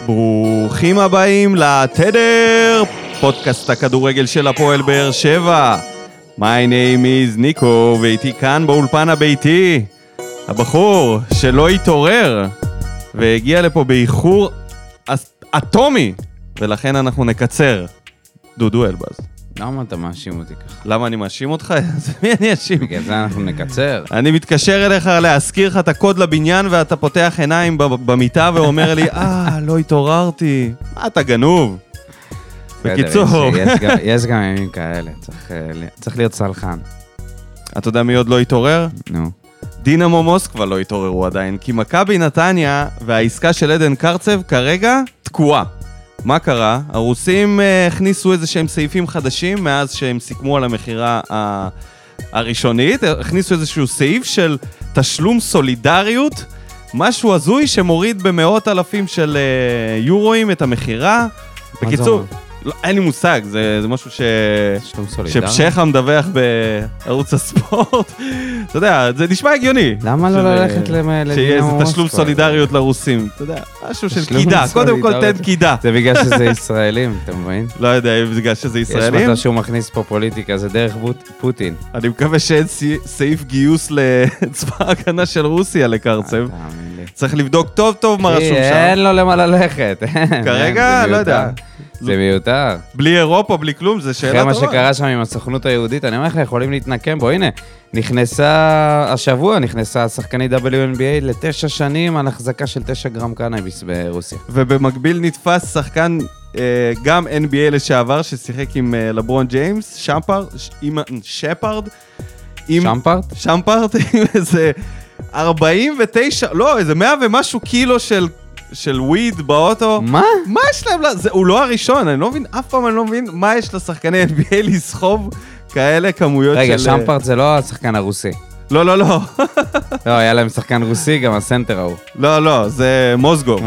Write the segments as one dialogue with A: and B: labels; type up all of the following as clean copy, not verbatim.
A: ברוכים הבאים לתדר, פודקאסט הכדורגל של הפועל באר שבע. My name is ניקו, ואיתי כאן באולפן הביתי הבחור שלא התעורר והגיע לפה באיחור אטומי, ולכן אנחנו נקצר. דודו אלבז.
B: למה אתה מאשים אותי ככה?
A: למה אני מאשים אותך? זה מי אני אשים?
B: בגלל זה אנחנו נקצר.
A: אני מתקשר אליך להזכיר לך את הקוד לבניין, ואתה פותח עיניים במיטה ואומר לי, לא התעוררתי. מה, אתה גנוב? בקיצור.
B: יש גם ימים כאלה, צריך להיות סלחן.
A: אתה יודע מי עוד לא התעורר?
B: נו.
A: דינמו מוסקבה לא התעוררו עדיין, כי מכבי נתניה והעסקה של עדן קרצב כרגע תקועה. מה קרה? הרוסים הכניסו איזה שהם סעיפים חדשים מאז שהם סיכמו על המחירה הראשונית, הכניסו איזשהו סעיף של תשלום סולידריות, משהו הזוי שמוריד במאות אלפים של יורואים את המחירה. בקיצור, לא, אין לי מושג, זה משהו שפשחה מדווח בערוץ הספורט. אתה יודע, זה נשמע הגיוני.
B: למה לא ללכת לדינמו?
A: שיהיה איזה תשלום סולידריות לרוסים. אתה יודע, משהו של קידה. קודם כל תן קידה.
B: זה בגלל שזה ישראלים, אתה מבין?
A: לא יודע, בגלל שזה ישראלים.
B: יש מצב שהוא מכניס פה פוליטיקה, זה דרך פוטין.
A: אני מקווה שאין סעיף גיוס לצבא ההגנה של רוסיה לקרצב. צריך לבדוק טוב טוב מה רשום שם.
B: אין לו למה ללכת.
A: כרגע, לא יודע.
B: זה מיותר.
A: בלי אירופה, בלי כלום, זה שאלה טובה.
B: אחרי מה שקרה שם עם הסוכנות היהודית, אני אומר לך, יכולים להתנקם בו. הנה, השבוע נכנסה שחקנית WNBA ל9 שנים על החזקה של 9 גרם קנאביס ברוסיה.
A: ובמקביל נתפס שחקן גם NBA לשעבר, ששיחק עם לברון ג'יימס, שפארד, עם איזה 49, לא, איזה 100 ומשהו קילו של וויד באוטו.
B: מה?
A: מה יש להם? הוא לא הראשון, אני לא מבין, אף פעם אני לא מבין מה יש לשחקני NBA לסחוב כאלה כמויות של...
B: רגע, שמפרד זה לא השחקן הרוסי.
A: לא.
B: לא, היה להם שחקן רוסי, גם הסנטר ההוא.
A: לא, זה מוזגוב.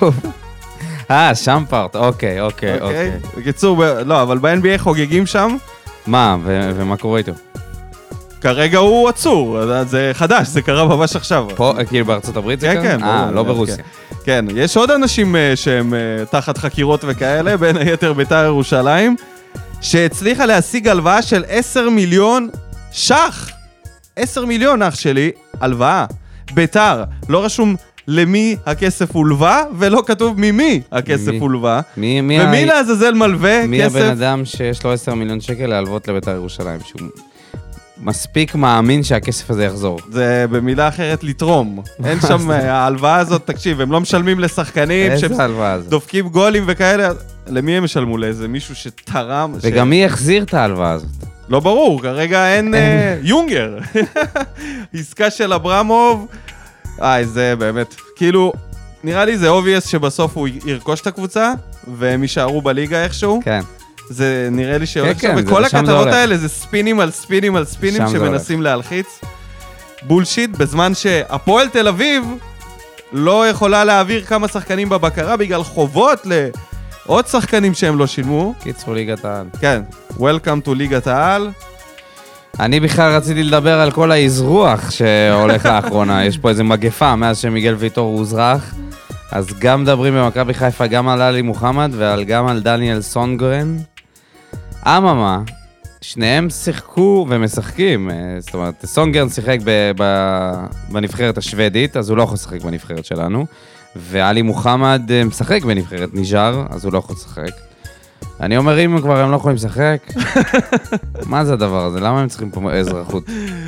B: שמפרד, אוקיי.
A: בקיצור, לא, אבל ב-NBA חוגגים שם.
B: מה, ומה קורה איתו?
A: כרגע הוא עצור, זה חדש, זה קרה ממש עכשיו.
B: פה, כאילו בארצות הברית זה קרה?
A: כן.
B: לא ברוסיה.
A: כן, יש עוד אנשים שהם תחת חקירות וכאלה, בין היתר בית"ר ירושלים, שהצליחה להשיג הלוואה של 10 מיליון ש"ח. 10 מיליון, אח שלי, הלוואה. בית"ר, לא רשום למי הכסף הולווה, ולא כתוב ממי הכסף הולווה. ומי לעזאזל מלווה כסף?
B: מי הבן אדם שיש לו 10 מיליון שקל להלוות לבית"ר ירושלים, שהוא מספיק מאמין שהכסף הזה יחזור.
A: זה במילה אחרת לתרום. אין שם, ההלוואה הזאת, תקשיב, הם לא משלמים לשחקנים,
B: איזה הלוואה הזאת?
A: דופקים גולים וכאלה. למי הם משלמו? לאיזה מישהו שתרם?
B: וגם מי יחזיר את ההלוואה הזאת?
A: לא ברור, כרגע אין יונגר. עסקה של אברמוב. זה באמת, כאילו, נראה לי זה obvious שבסוף הוא ירכוש את הקבוצה, והם יישארו בליגה איכשהו.
B: כן.
A: זה נראה לי שהולך שם, וכל הכתבות האלה זה ספינים על ספינים על ספינים שמנסים להלחיץ. בולשיט, בזמן שהפועל תל אביב לא יכולה להעביר כמה שחקנים בבקרה בגלל חובות לעוד שחקנים שהם לא שילמו.
B: קיצור ליגת העל.
A: כן, Welcome to ליגת העל.
B: אני בכלל רציתי לדבר על כל האזרוח שהולך לאחרונה. יש פה איזה מגפה מאז שמיגל ויטור הוזרח. אז גם מדברים במכבי חיפה גם על עלי מוחמד וגם על דניאל סונגרן. אממה, שניהם שיחקו ומשחקים. זאת אומרת, סונגרן שיחק בנבחרת השוודית, אז הוא לא יכול לשחק בנבחרת שלנו. ועלי מוחמד משחק בנבחרת ניג'ר, אז הוא לא יכול לשחק. אני אומר, אם כבר הם לא יכולים לשחק, מה זה הדבר הזה? למה הם צריכים פה אזרחות?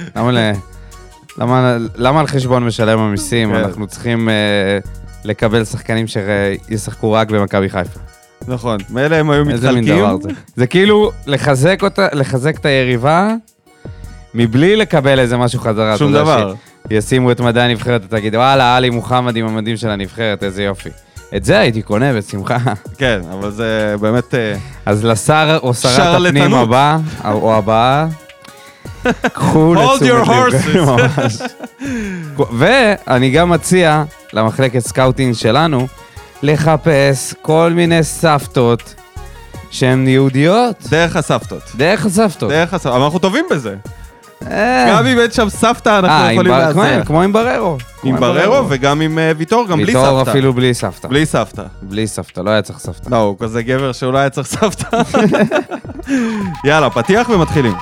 B: למה על חשבון משלם המיסים? אנחנו צריכים לקבל שחקנים שישחקו רק במכבי חיפה.
A: נכון, מאלה הם היו מתחלקים.
B: איזה מין דבר זה. זה כאילו לחזק את היריבה, מבלי לקבל איזה משהו חזרה.
A: שום דבר.
B: ישימו את מדעי הנבחרת, ותגיד, וואלה, עלי מוחמד עם המדים של הנבחרת, איזה יופי. את זה הייתי קונה בשמחה.
A: כן, אבל זה באמת...
B: אז לשר או שרת הפנים הבא, או הבאה, קחו לתשומת ממש. ואני גם מציע למחלקת סקאוטינג שלנו, לחפש כל מיני סבתות שהן יהודיות.
A: דרך הסבתות.
B: דרך הסבתות.
A: אבל אנחנו טובים בזה. גם אם אין שם סבתא, אנחנו יכולים לעזר.
B: כמו עם בררו.
A: עם בררו וגם עם ויטור, גם בלי סבתא.
B: ויטור אפילו בלי סבתא.
A: בלי סבתא.
B: בלי סבתא, לא היה צריך סבתא.
A: לא, הוא כזה גבר שהוא לא היה צריך סבתא. יאללה, פתיח ומתחילים.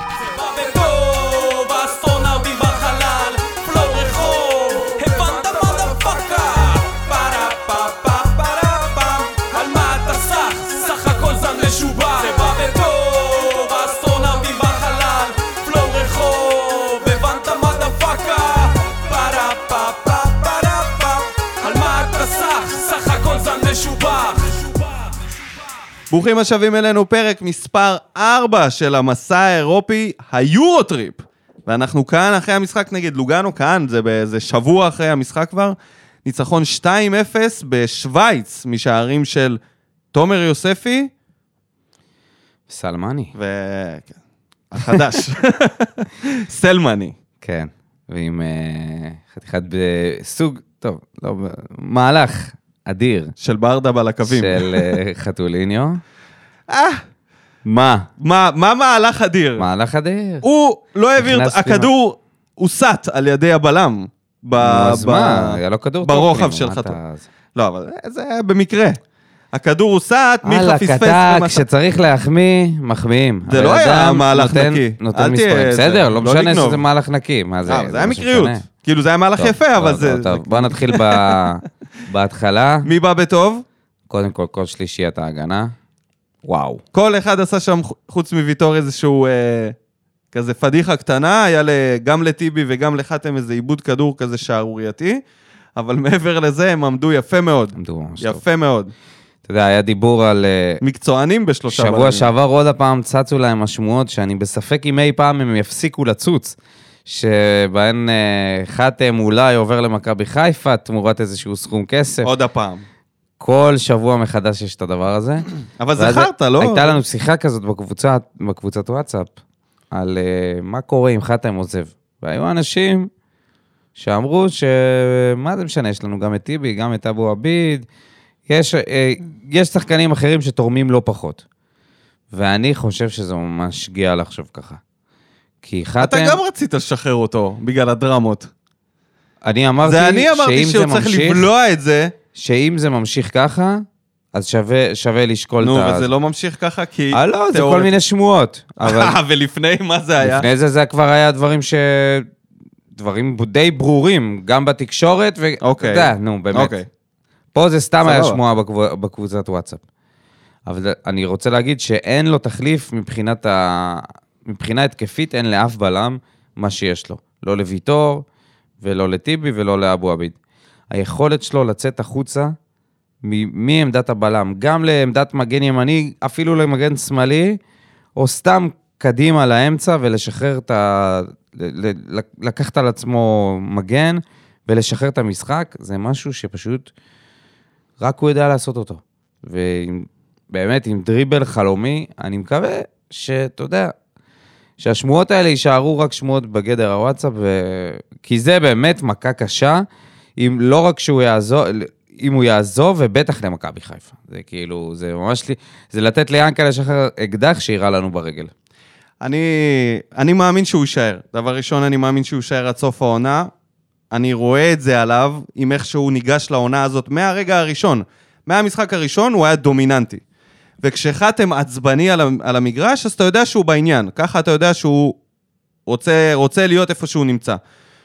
A: ברוכים השבים אלינו, פרק מספר 4 של המסע האירופי, היורוטריפ. ואנחנו כאן אחרי המשחק נגד לוגאנו, כאן, זה באיזה שבוע אחרי המשחק כבר. ניצחון 2-0 בשוויץ, משערים של תומר יוספי.
B: סלמני.
A: החדש. סלמני.
B: כן, ועם חתיכת בסוג, טוב, לא, מהלך. אדיר.
A: של ברדה בלקבים.
B: של חתוליניו. מה?
A: מה מהלך אדיר?
B: מהלך אדיר.
A: הוא לא העביר, הכדור הוסט על ידי הבלם.
B: אז מה? היה לו כדור טוב.
A: ברוחב של חתול. לא, אבל זה היה במקרה. הכדור הוסט, מיכה פספס.
B: הקטק, כשצריך להחמיא, מחמיאים.
A: זה לא היה מהלך נקי.
B: נותן מספרים. בסדר, לא משנה שזה מהלך נקי.
A: זה היה מקריות. כאילו זה היה מהלך יפה, אבל זה...
B: טוב, בוא נתחיל בהתחלה.
A: מי בא בטוב?
B: קודם כל שלישיית ההגנה. וואו.
A: כל אחד עשה שם, חוץ מוויטור, איזשהו כזה פדיחה קטנה, היה גם לטיבי וגם לחתם איזה עיבוד כדור כזה שערורייתי, אבל מעבר לזה הם עמדו יפה מאוד. יפה מאוד.
B: אתה יודע, היה דיבור על...
A: מקצוענים בשלושה בלמים.
B: שבוע שעבר עוד הפעם צצו להם השמועות, שאני בספק אם אי פעם הם יפסיקו לצוץ. שבהן חתם אולי עובר למכבי חיפה, תמורת איזשהו סכום כסף.
A: עוד הפעם.
B: כל שבוע מחדש יש את הדבר הזה.
A: אבל זכרת, לא?
B: הייתה לנו שיחה כזאת בקבוצת וואטסאפ, על מה קורה אם חתם עוזב. והיו אנשים שאמרו מה זה משנה, יש לנו גם את טיבי, גם את אבו עביד, יש שחקנים אחרים שתורמים לא פחות. ואני חושב שזה ממש שגיאה לחשוב ככה.
A: אתה גם רצית לשחרר אותו, בגלל הדרמות.
B: אני אמרתי
A: שהוא צריך לבלוע את זה.
B: שאם זה ממשיך ככה, אז שווה לשקול את
A: נו, וזה לא ממשיך ככה, כי...
B: לא, זה כל מיני שמועות.
A: ולפני, מה זה היה?
B: לפני זה כבר היה דברים די ברורים, גם בתקשורת,
A: אוקיי.
B: נו, באמת. פה זה סתם היה שמועה בקבוצת וואטסאפ. אבל אני רוצה להגיד שאין לו תחליף מבחינה התקפית, אין לאף בלם מה שיש לו. לא לויטור, ולא לטיבי, ולא לאבו עביד. היכולת שלו לצאת החוצה, מעמדת הבלם, גם לעמדת מגן ימני, אפילו למגן שמאלי, או סתם קדימה לאמצע, ולשחרר לקחת על עצמו מגן, ולשחרר את המשחק, זה משהו שפשוט רק הוא יודע לעשות אותו. ובאמת, עם דריבל חלומי, אני מקווה שאתה יודע, שהשמועות האלה יישארו רק שמועות בגדר הוואטסאפ, כי זה באמת מכה קשה, אם לא רק שהוא יעזוב, אם הוא יעזוב, ובטח למכבי חיפה. זה כאילו, זה ממש לי, זה לתת ליאנקה לשחרר אקדח שירה לנו ברגל.
A: אני מאמין שהוא יישאר. דבר ראשון, אני מאמין שהוא יישאר עד סוף העונה. אני רואה את זה עליו, עם איך שהוא ניגש לעונה הזאת, מהרגע הראשון. מהמשחק הראשון הוא היה דומיננטי. וכשחתם עצבני על המגרש, אז אתה יודע שהוא בעניין. ככה אתה יודע שהוא רוצה להיות איפה שהוא נמצא.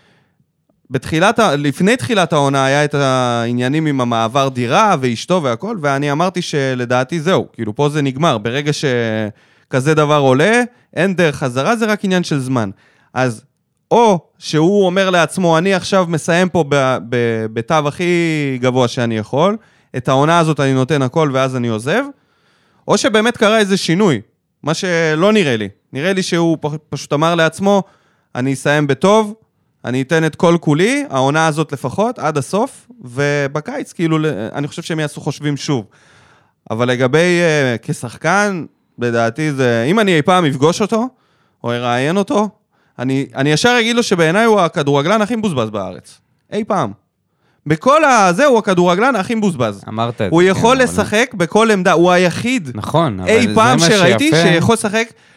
A: לפני תחילת העונה היה את העניינים עם המעבר דירה ואשתו והכל, ואני אמרתי שלדעתי זהו, כאילו פה זה נגמר. ברגע שכזה דבר עולה, אין דרך חזרה, זה רק עניין של זמן. אז או שהוא אומר לעצמו, אני עכשיו מסיים פה בתו הכי גבוה שאני יכול, את העונה הזאת אני נותן הכל ואז אני עוזב, או שבאמת קרה איזה שינוי, מה שלא נראה לי. נראה לי שהוא פשוט אמר לעצמו, אני אסיים בטוב, אני אתן את כל כולי, העונה הזאת לפחות, עד הסוף, ובקיץ, כאילו, אני חושב שהם יעשו חושבים שוב. אבל לגבי כשחקן, לדעתי זה, אם אני אי פעם אפגוש אותו, או אראיין אותו, אני ישר אגיד לו שבעיניי הוא הכדורגלן הכי מבוזבז בארץ. אי פעם. בכל הזה הוא הכדורגלן הכי מבוזבז.
B: אמרת את זה.
A: הוא יכול לשחק בכל עמדה, הוא היחיד.
B: נכון,
A: אי פעם שראיתי שיכול לשחק,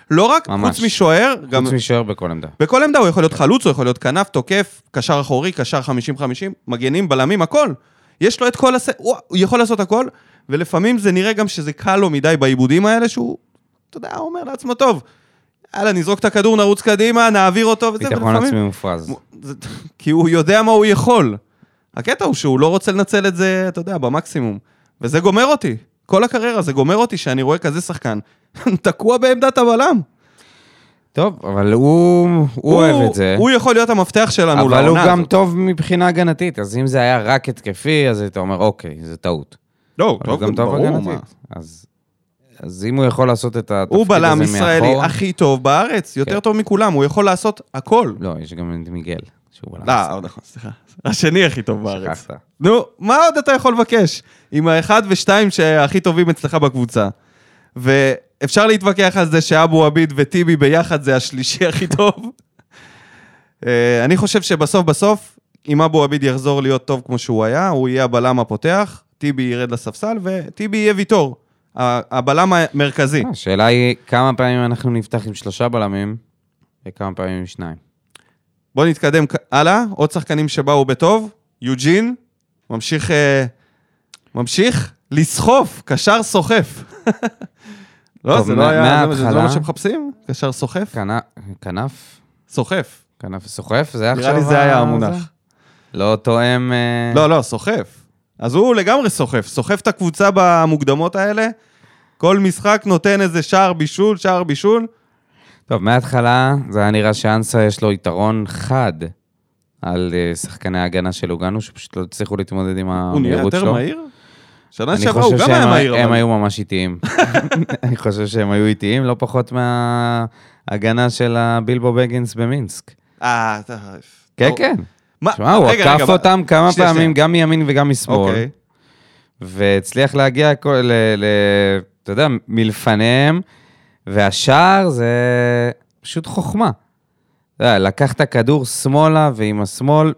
A: לא רק,
B: ממש.
A: חוץ משוער, גם...
B: חוץ משוער בכל עמדה.
A: בכל עמדה הוא יכול להיות חלוץ, הוא יכול להיות כנף, תוקף, קשר אחורי, קשר 50-50, מגנים, בלמים, הכל. יש לו את כל הוא יכול לעשות הכל, ולפעמים זה נראה גם שזה קל לו מדי בעיבודים האלה, שהוא, אתה יודע, אומר לעצמו, טוב, יאללה, נזרוק את הכדור, נרוץ קדימה, נעביר אותו, וזה,
B: ביטחון עצמי מופרז.
A: כי הוא יודע מה הוא יכול. הקטע הוא שהוא לא רוצה לנצל את זה, אתה יודע, במקסימום. וזה גומר אותי. כל הקריירה, זה גומר אותי שאני רואה כזה שחקן. תקוע בעמדת הבלם.
B: טוב, אבל הוא אוהב את זה.
A: הוא יכול להיות המפתח שלנו
B: אבל הוא גם טוב מבחינה הגנתית, אז אם זה היה רק התקפי, אז אתה אומר, אוקיי, זה טעות.
A: לא,
B: טוב, גם טוב הגנתית. אז אם הוא יכול לעשות את התפקיד הזה
A: הוא
B: מאחור...
A: בלם ישראלי הכי טוב בארץ, יותר טוב מכולם, הוא יכול לעשות הכל.
B: לא, יש גם את מיגל, שהוא בלם.
A: לא, נכון, סליחה. השני הכי טוב בארץ.
B: שכחת.
A: נו, מה עוד אתה יכול לבקש? עם האחד ושתיים שהכי טובים אצלך בקבוצה. ואפשר להתווכח על זה שאבו עביד וטיבי ביחד זה השלישי הכי טוב. אני חושב שבסוף, אם אבו עביד יחזור להיות טוב כמו שהוא היה, הוא יהיה הבלם הפותח, טיבי ירד לספסל, וטיבי יהיה ויתור. הבלם המרכזי.
B: השאלה היא כמה פעמים אנחנו נפתח עם 3 בלמים, וכמה פעמים עם 2.
A: בוא נתקדם הלאה, עוד שחקנים שבאו בטוב, יוג'ין, ממשיך לסחוף, קשר סוחף. לא, זה לא היה, זה לא מה שמחפשים? קשר סוחף?
B: כנף?
A: סוחף.
B: כנף וסוחף? זה עכשיו...
A: נראה לי זה היה המונח.
B: לא תואם...
A: לא, סוחף. אז הוא לגמרי סוחף את הקבוצה במוקדמות האלה, כל משחק נותן איזה שער בישול. טוב,
B: מההתחלה זה היה נראה שאנסה יש לו יתרון חד על שחקני ההגנה של אוגנו, שפשוט לא הצליחו להתמודד עם המהירות שלו.
A: הוא נהיה יותר מהיר? שנה שעברה הוא גם היה מהיר.
B: הם היו ממש איטיים. אני חושב שהם היו איטיים, לא פחות מההגנה של הבילבו בגינס במינסק. כן. שמע, הוא עקף אותם כמה פעמים, גם מימין וגם משמאל. והצליח להגיע, אתה יודע, מלפניהם, והשער זה פשוט חוכמה. לקח את הכדור שמאלה, ועם השמאל,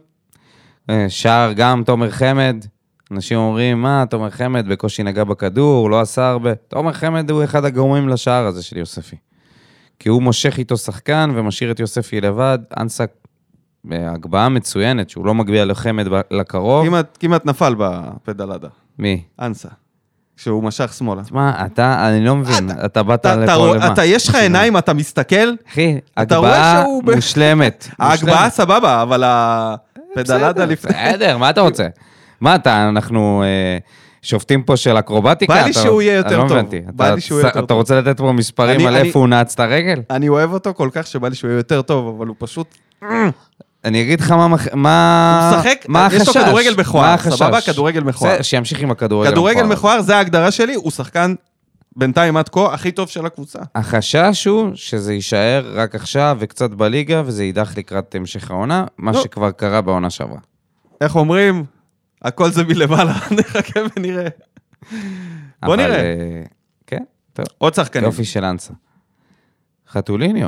B: שער גם תומר חמד, אנשים אומרים, מה, תומר חמד בקושי נגע בכדור, לא עשה הרבה. תומר חמד הוא אחד הגורמים לשער הזה של יוספי. כי הוא מושך איתו שחקן, ומשאיר את יוספי לבד, אנסה בהגבהה מצוינת, שהוא לא מגביע לחמד לקרוב.
A: כמעט נפל בפדלדה.
B: מי?
A: אנסה. כשהוא משך שמאלה.
B: תשמע, אני לא מבין, אתה באת לפה למה?
A: יש לך עיניים, אתה מסתכל?
B: אחי, הגבהה מושלמת.
A: ההגבהה סבבה, אבל הפדלדה לפני...
B: בסדר, מה אתה רוצה? מה אנחנו שופטים פה של אקרובטיקה?
A: בא לי שהוא יהיה יותר טוב.
B: אתה רוצה לתת פה מספרים על איפה הוא נעץ את הרגל?
A: אני אוהב אותו כל כך שבא לי שהוא יהיה יותר טוב, אבל הוא פשוט...
B: אני אגיד לך מה
A: החשש. יש לו כדורגל מכוער, סבבה? כדורגל מכוער.
B: שימשיך עם הכדורגל מכוער.
A: כדורגל מכוער, זה ההגדרה שלי, הוא שחקן בינתיים עד כה הכי טוב של הקבוצה.
B: החשש הוא שזה יישאר רק עכשיו וקצת בליגה, וזה יידח לקראת המשך העונה, מה שכבר קרה בעונה שעברה.
A: איך אומרים? הכל זה מלמעלה, נחכה ונראה. בוא נראה.
B: כן, טוב.
A: עוד שחקנים.
B: יופי של אנסה. חתוליניו.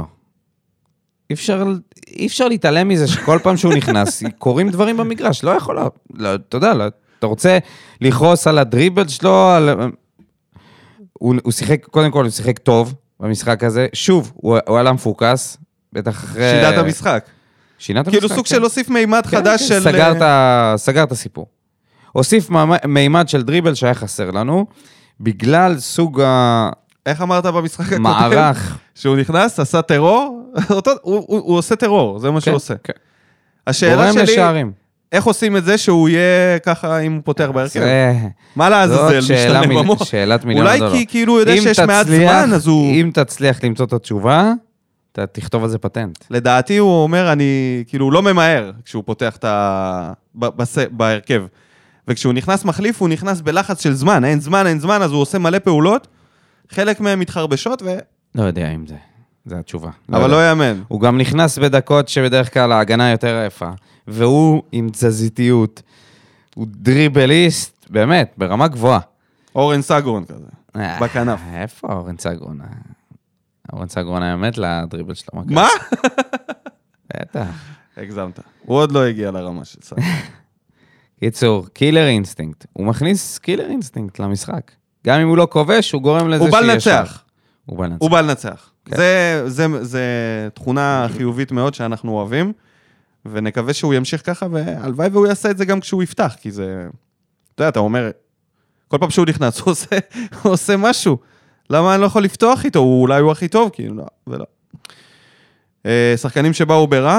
B: אי אפשר להתעלם מזה שכל פעם שהוא נכנס, קוראים דברים במגרש, לא יכול, אתה יודע, אתה רוצה לכרוס על הדריבל שלו, הוא שיחק, קודם כל הוא שיחק טוב במשחק הזה, שוב, הוא עלה מפוקס, בטח אחרי...
A: שינת המשחק. כאילו סוג של הוסיף מימד חדש של...
B: סגר את הסיפור. הוסיף מימד של דריבל שהיה חסר לנו, בגלל סוג ה...
A: איך אמרת במשחק הקודם?
B: מערך.
A: שהוא נכנס, עשה טרור, הוא עושה טרור, זה מה שהוא עושה. השאלה שלי, איך עושים את זה שהוא יהיה ככה אם הוא פותח בהרכב? מה לעזאזל, משתנה במוח?
B: שאלת מיליון דולר.
A: אולי כי כאילו הוא יודע שיש מעט זמן, אז הוא...
B: אם תצליח למצוא את התשובה, אתה תכתוב על זה פטנט.
A: לדעתי הוא אומר, אני כאילו לא ממהר כשהוא פותח בהרכב. וכשהוא נכנס מחליף, הוא נכנס בלחץ של זמן. אין זמן, אז הוא עושה מלא פעולות. חלק מהם מתחרבשות
B: לא יודע אם זה התשובה.
A: אבל לא יאמן.
B: הוא גם נכנס בדקות שבדרך כלל ההגנה יותר יפה, והוא עם תזזיתיות, הוא דריבליסט, באמת, ברמה גבוהה.
A: אורן סגרון כזה, בכנף.
B: איפה אורן סגרון? אורן סגרון היה מת לדריבל שלו.
A: מה?
B: בטח.
A: הגזמת. הוא עוד לא הגיע לרמה של סגרון.
B: קיצור, קילר אינסטינקט. הוא מכניס קילר אינסטינקט למשחק. גם אם הוא לא כובש, הוא גורם לזה
A: הוא בא לנצח. הוא בא לנצח. זה תכונה חיובית מאוד שאנחנו אוהבים, ונקווה שהוא ימשיך ככה, והלוואי והוא יעשה את זה גם כשהוא יפתח, כי זה, אתה יודע, אתה אומר, כל פעם שהוא נכנס, הוא עושה משהו. למה אני לא יכול לפתוח איתו? אולי הוא הכי טוב, כאילו, לא, ולא. שחקנים שבאו ברע?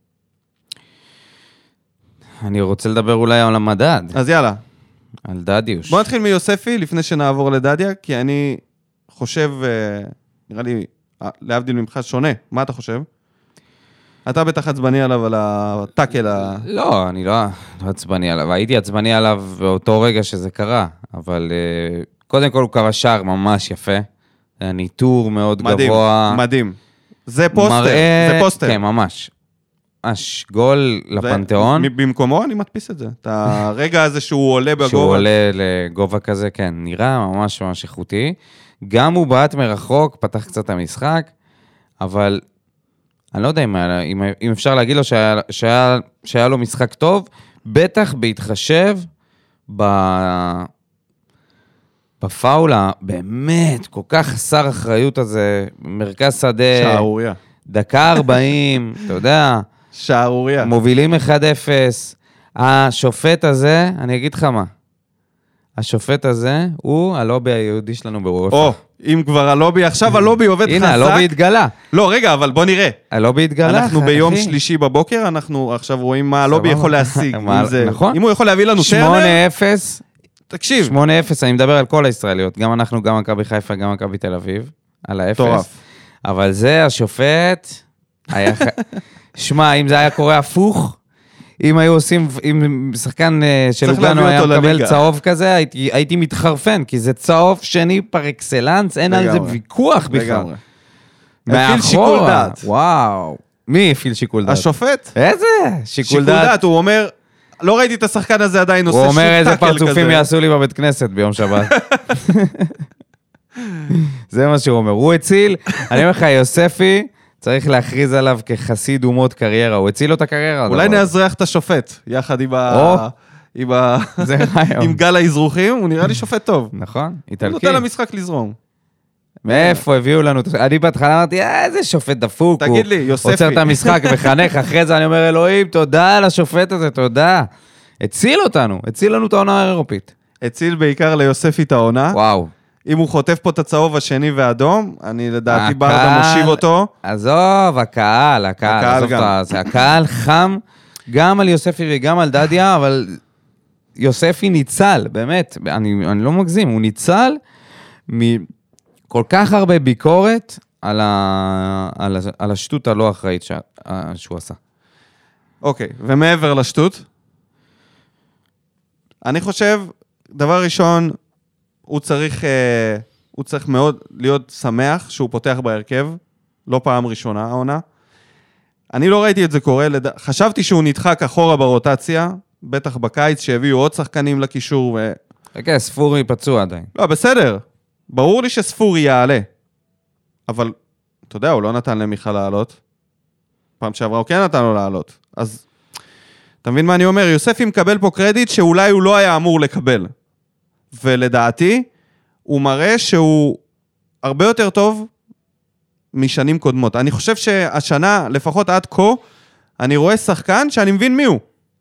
B: אני רוצה לדבר אולי על המדד.
A: אז יאללה.
B: על דדיוש.
A: בוא נתחיל מיוספי, לפני שנעבור לדדיה, כי אני חושב, נראה לי, להבדיל ממך שונה. מה אתה חושב? אתה בטח עצבני עליו על הטאקל
B: לא, אני לא עצבני עליו. הייתי עצבני עליו באותו רגע שזה קרה, אבל קודם כל הוא קרא שער ממש יפה. ניטור מאוד גבוה.
A: מדהים. זה פוסטר, זה פוסטר.
B: כן, ממש. גול לפנתיאון.
A: במקומו אני מדפיס את זה. את הרגע הזה שהוא עולה בגובה.
B: שהוא עולה לגובה כזה, כן. נראה ממש ממש איכותי. גם הוא בעט מרחוק, פתח קצת המשחק, אבל אני לא יודע אם אפשר להגיד לו שהיה לו משחק טוב, בטח בהתחשב בפאולה, באמת, כל כך חסר אחריות הזה, מרכז שדה,
A: שערוריה.
B: דקה 40, אתה יודע,
A: שערוריה.
B: מובילים 1-0, השופט הזה, אני אגיד לך מה, השופט הזה הוא הלובי היהודי שלנו באירופה.
A: או, אם כבר הלובי, עכשיו הלובי עובד חזק.
B: הנה, הלובי התגלה.
A: לא, רגע, אבל בוא נראה.
B: הלובי התגלה.
A: אנחנו ביום שלישי בבוקר, אנחנו עכשיו רואים מה הלובי יכול להשיג.
B: נכון.
A: אם הוא יכול להביא לנו טרנר.
B: 8-0.
A: תקשיב.
B: 8-0, אני מדבר על כל הישראליות. גם אנחנו, גם מכבי חיפה, גם מכבי תל אביב. על האפס. אבל זה, השופט, שמע, אם זה היה קורה הפוך, אם היו עושים, אם שחקן של אוגנו היה מקבל צהוב כזה, הייתי מתחרפן, כי זה צהוב שני פר אקסלנס, אין על זה ויכוח בכלל.
A: הפעיל שיקול דעת.
B: וואו. מי הפעיל שיקול דעת?
A: השופט.
B: איזה?
A: שיקול דעת, הוא אומר, לא ראיתי את השחקן הזה עדיין עושה שום טאקל כזה.
B: הוא אומר איזה פרצופים יעשו לי בבית כנסת ביום שבת. זה מה שהוא אומר. הוא הציל, אני אומר לך, יוספי, צריך להכריז עליו כחסיד אומות קריירה. הוא הציל לו את הקריירה.
A: אולי נאזרח את השופט, יחד עם גל האזרוחים, הוא נראה לי שופט טוב.
B: נכון, איטלקי.
A: הוא נותן למשחק לזרום.
B: מאיפה הביאו לנו? אני בהתחלה אמרתי, איזה שופט דפוק.
A: תגיד לי, יוספי.
B: עוצר את המשחק וחנך, אחרי זה אני אומר, אלוהים, תודה על השופט הזה, תודה. הציל אותנו, הציל לנו את העונה האירופית.
A: הציל בעיקר ליוספי את העונה.
B: וואו.
A: אם הוא חוטף פה את הצהוב השני והאדום, אני לדעתי ברדה מושיב אותו.
B: עזוב, הקהל גם. הקהל חם גם על יוספי וגם על דדיה, אבל יוספי ניצל, באמת, אני לא מגזים, הוא ניצל מכל כך הרבה ביקורת על השטות הלא אחראית שהוא עשה.
A: אוקיי, ומעבר לשטות, אני חושב, דבר ראשון, הוא צריך מאוד להיות שמח שהוא פותח בהרכב, לא פעם ראשונה העונה. אני לא ראיתי את זה קורה, חשבתי שהוא נדחק אחורה ברוטציה, בטח בקיץ שהביאו עוד שחקנים לקישור.
B: רגע, ספורי פצוע עדיין.
A: לא, בסדר. ברור לי שספורי יעלה. אבל, אתה יודע, הוא לא נתן למיכה לעלות. פעם שעברה הוא כן נתן לו לעלות. אז, אתה מבין מה אני אומר? יוספי מקבל פה קרדיט שאולי הוא לא היה אמור לקבל. ולדעתי, הוא מראה שהוא הרבה יותר טוב משנים קודמות. אני חושב שהשנה, לפחות עד כה, אני רואה שחקן שאני מבין מי הוא.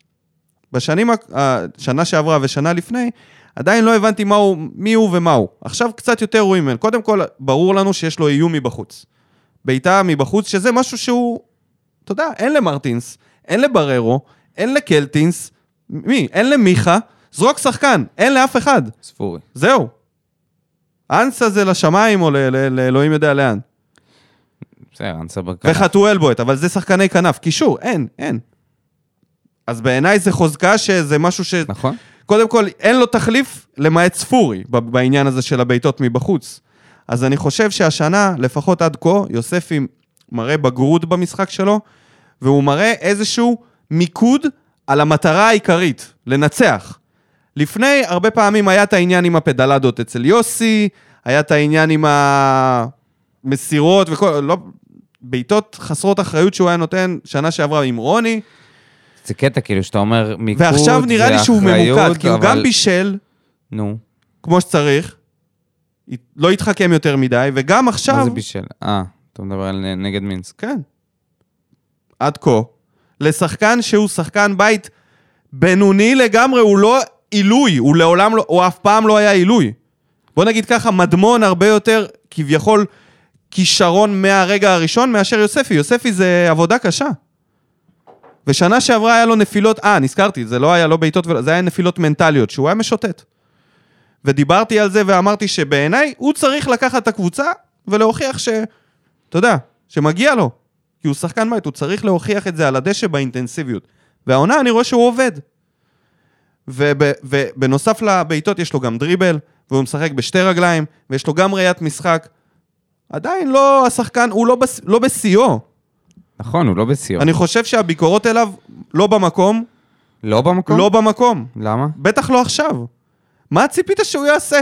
A: שנה שעברה ושנה לפני, עדיין לא הבנתי מי הוא ומה הוא. עכשיו קצת יותר רואים ממנו. קודם כל, ברור לנו שיש לו איום מבחוץ. ביתה מבחוץ, שזה משהו שהוא, אתה יודע, אין למרטינס, אין לבררו, אין לקלטינס, מי? אין למיכה, זרוק שחקן, אין לאף אחד.
B: ספורי.
A: זהו. אנסה זה לשמיים או לאלוהים יודע לאן.
B: בסדר, אנסה בכנף.
A: וחתואל בועט, אבל זה שחקני כנף. קישור, אין. אז בעיניי זה חוזקה שזה משהו ש...
B: נכון.
A: קודם כל, אין לו תחליף למעט ספורי בעניין הזה של הביתות מבחוץ. אז אני חושב שהשנה, לפחות עד כה, יוספי מראה בגרות במשחק שלו, והוא מראה איזשהו מיקוד על המטרה העיקרית, לנצח. לפני, הרבה פעמים היה את העניין עם הפדלדות אצל יוסי, היה את העניין עם המסירות וכל, לא, ביתות חסרות אחריות שהוא היה נותן שנה שעברה עם רוני.
B: זה קטע כאילו שאתה אומר מיקוד ואחריות.
A: ועכשיו נראה לי שהוא ממוקד, כי הוא גם בישל, כמו שצריך, לא יתחכם יותר מדי, וגם עכשיו...
B: מה זה בישל? אתה מדבר על נגד מינסק.
A: כן. עד כה. לשחקן שהוא שחקן בית בינוני לגמרי, הוא לא עילוי, הוא לעולם לא, הוא אף פעם לא היה עילוי. בוא נגיד ככה, מדמון הרבה יותר, כביכול, כישרון מהרגע הראשון, מאשר יוספי. יוספי זה עבודה קשה. ושנה שעברה היה לו נפילות, נזכרתי, זה לא היה לא בעיטות, זה היה נפילות מנטליות, שהוא היה משוטט. ודיברתי על זה ואמרתי שבעיניי, הוא צריך לקחת את הקבוצה, ולהוכיח אתה יודע, שמגיע לו. כי הוא שחקן בית, הוא צריך להוכיח את זה על הדשא באינטנסיביות. והעונה אני רואה שהוא עובד. ובנוסף לבעיטות יש לו גם דריבל, והוא משחק בשתי רגליים, ויש לו גם ראיית משחק. עדיין לא, השחקן, הוא לא בשיאו.
B: נכון, הוא לא בשיאו.
A: אני חושב שהביקורות אליו לא במקום.
B: לא במקום?
A: לא במקום.
B: למה?
A: בטח לא עכשיו. מה ציפית שהוא יעשה?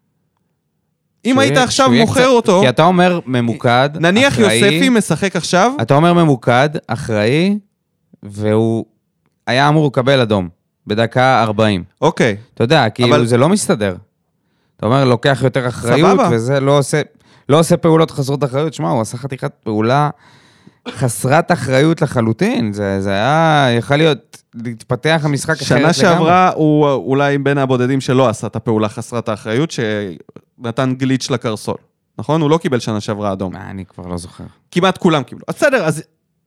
A: אם היית עכשיו מוכר אותו...
B: כי אתה אומר ממוקד,
A: נניח יוספי משחק עכשיו...
B: אתה אומר ממוקד, אחראי, והוא היה אמור לקבל אדום, בדקה 40.
A: אוקיי.
B: אתה יודע, כאילו זה לא מסתדר. אתה אומר, לוקח יותר אחריות, וזה לא עושה פעולות חסרות אחריות. שמע, הוא עשה חתיכת פעולה חסרת אחריות לחלוטין. זה היה, יכול להיות, להתפתח המשחק אחרת לגמרי.
A: שנה שעברה הוא אולי בין הבודדים שלא עשה את הפעולה חסרת האחריות, שנתן גליץ' לקרסול. נכון? הוא לא קיבל שנה שעברה אדום.
B: אני כבר לא זוכר.
A: כמעט כולם קיבלו. אז בסדר, אז...